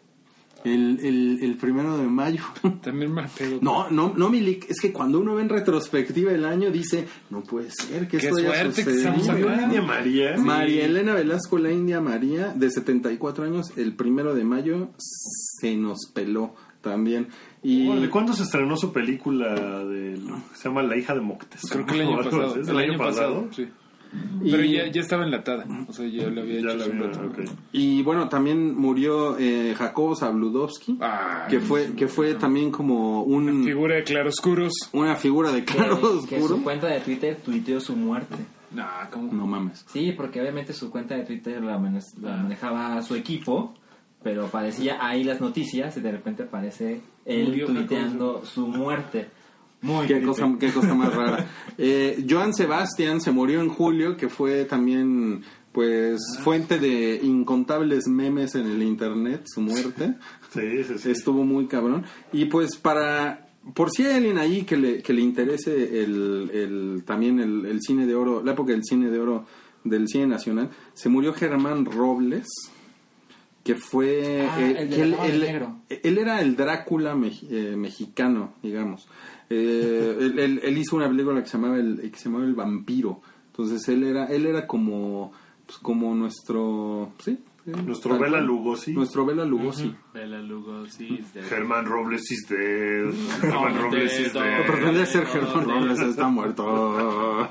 El 1 de mayo. También mal pedo. No, Milik, es que cuando uno ve en retrospectiva el año dice, no puede ser que qué esto haya suerte que sucedido. estamos acá. La India María. María Elena Velasco, la India María, de 74 años, el 1 de mayo se nos peló también. ¿De cuándo se estrenó su película se llama La hija de Moctezuma? Creo que el año pasado. ¿Es el año pasado? Sí. Pero ya estaba enlatada. O sea, ya la había hecho. Okay. Y bueno, también murió Jacobo Zabludovsky, que fue también como una figura de claroscuros. Una figura de claroscuro. Que su cuenta de Twitter tuiteó su muerte. ¿Cómo? No mames. Sí, porque obviamente su cuenta de Twitter la manejaba su equipo, pero aparecía ahí las noticias y de repente aparece él tuiteando su muerte. Qué cosa más rara. Joan Sebastián se murió en julio, que fue también pues fuente de incontables memes en el internet, su muerte. Sí. Estuvo muy cabrón. Y pues por si hay alguien ahí que le interese también el cine de oro, la época del cine de oro del cine nacional, se murió Germán Robles, que fue él era el Drácula mexicano, digamos. Él hizo una película que se llamaba El Vampiro. Entonces él era como nuestro nuestro Bela Lugosi. Nuestro Bela Lugosi. Bela Lugosi. Germán Robles is dead. Germán Robles is dead. Pretende ser Germán Robles, está muerto.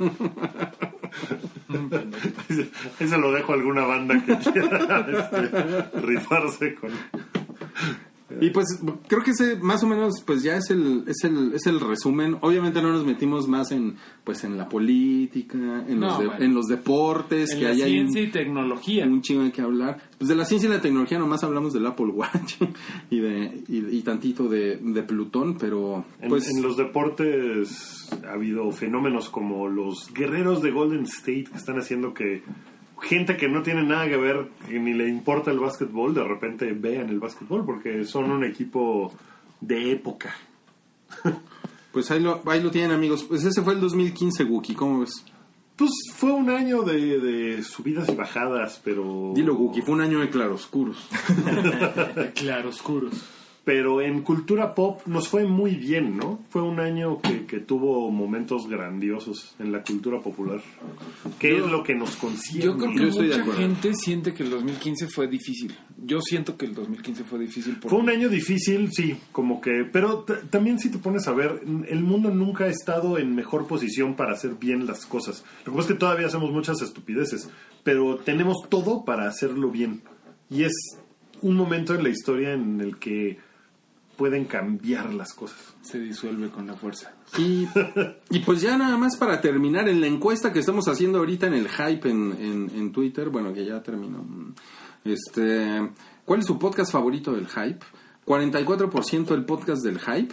Ese lo dejo a alguna banda que quiera rifarse con. Y pues creo que ese más o menos pues ya es el resumen. Obviamente no nos metimos más en la política, en los deportes, en que la hay ciencia y tecnología. Un chingo de que hablar. Pues de la ciencia y la tecnología nomás hablamos del Apple Watch y tantito de Plutón, pero pues en los deportes ha habido fenómenos como los guerreros de Golden State que están haciendo que gente que no tiene nada que ver y ni le importa el básquetbol de repente vean el básquetbol porque son un equipo de época. Pues ahí lo tienen, amigos. Pues ese fue el 2015, Wookie, ¿cómo ves? Pues fue un año de subidas y bajadas, pero Dilo, Wookie, fue un año de claroscuros. Claroscuros. Pero en cultura pop nos fue muy bien, ¿no? Fue un año que tuvo momentos grandiosos en la cultura popular. ¿Qué es lo que nos concierne? Yo creo que mucha gente siente que el 2015 fue difícil. Yo siento que el 2015 fue difícil. Fue un año difícil, sí, como que... Pero también si te pones a ver, el mundo nunca ha estado en mejor posición para hacer bien las cosas. Lo que pasa es que todavía hacemos muchas estupideces, pero tenemos todo para hacerlo bien. Y es un momento en la historia en el que pueden cambiar las cosas. Se disuelve con la fuerza. Y pues ya nada más para terminar, en la encuesta que estamos haciendo ahorita en el Hype en Twitter, bueno, que ya terminó. ¿Cuál es su podcast favorito del Hype? 44% el podcast del Hype.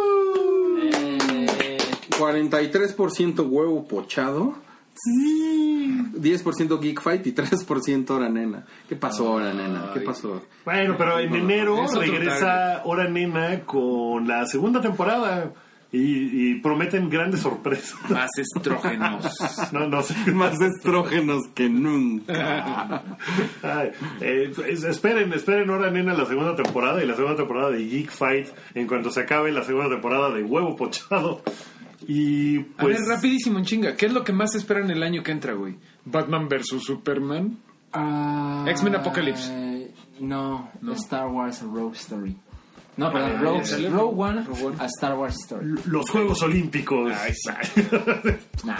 43% huevo pochado. 10% Geek Fight y 3% Hora Nena. ¿Qué pasó, Hora Nena? ¿Qué pasó? Bueno, pero en enero regresa Hora Nena con la segunda temporada y prometen grandes sorpresas. Más estrógenos. No sé. Más estrógenos que nunca. Ay, esperen Hora Nena la segunda temporada y la segunda temporada de Geek Fight en cuanto se acabe la segunda temporada de Huevo Pochado. Y A pues... ver, rapidísimo, en chinga. ¿Qué es lo que más esperan el año que entra, güey? ¿Batman vs Superman? X-Men Apocalypse. No, Star Wars Rogue Story. No, Ah, perdón, ¿sale? Rogue One, Rogue One. a Star Wars Story. Los Juegos Olímpicos. Ay, Nah.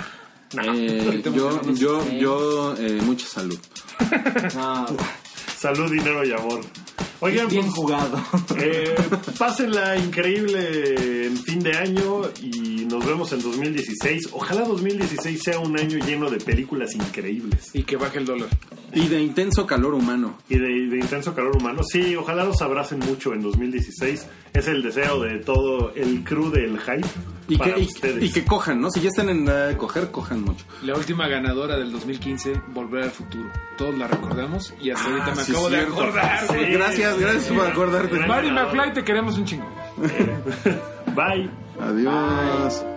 Yo mucha salud. No, Salud, dinero y amor. Oigan, bien pues, jugado. pásenla increíble en fin de año y nos vemos en 2016. Ojalá 2016 sea un año lleno de películas increíbles Y que baje el dólar. Y de intenso calor humano. y de intenso calor humano. Sí, ojalá los abracen mucho en 2016. Es el deseo de todo el crew del hype Y para que, ustedes. y que cojan, ¿no? Si ya están en edad de coger, cojan mucho. La última ganadora del 2015, Volver al Futuro. Todos la recordamos y hasta ahorita me sí, acabo de cierto. acordar. Sí. güey. Gracias por acordarte. Gran Marty ganador. McFly, te queremos un chingo. Bye. Adiós.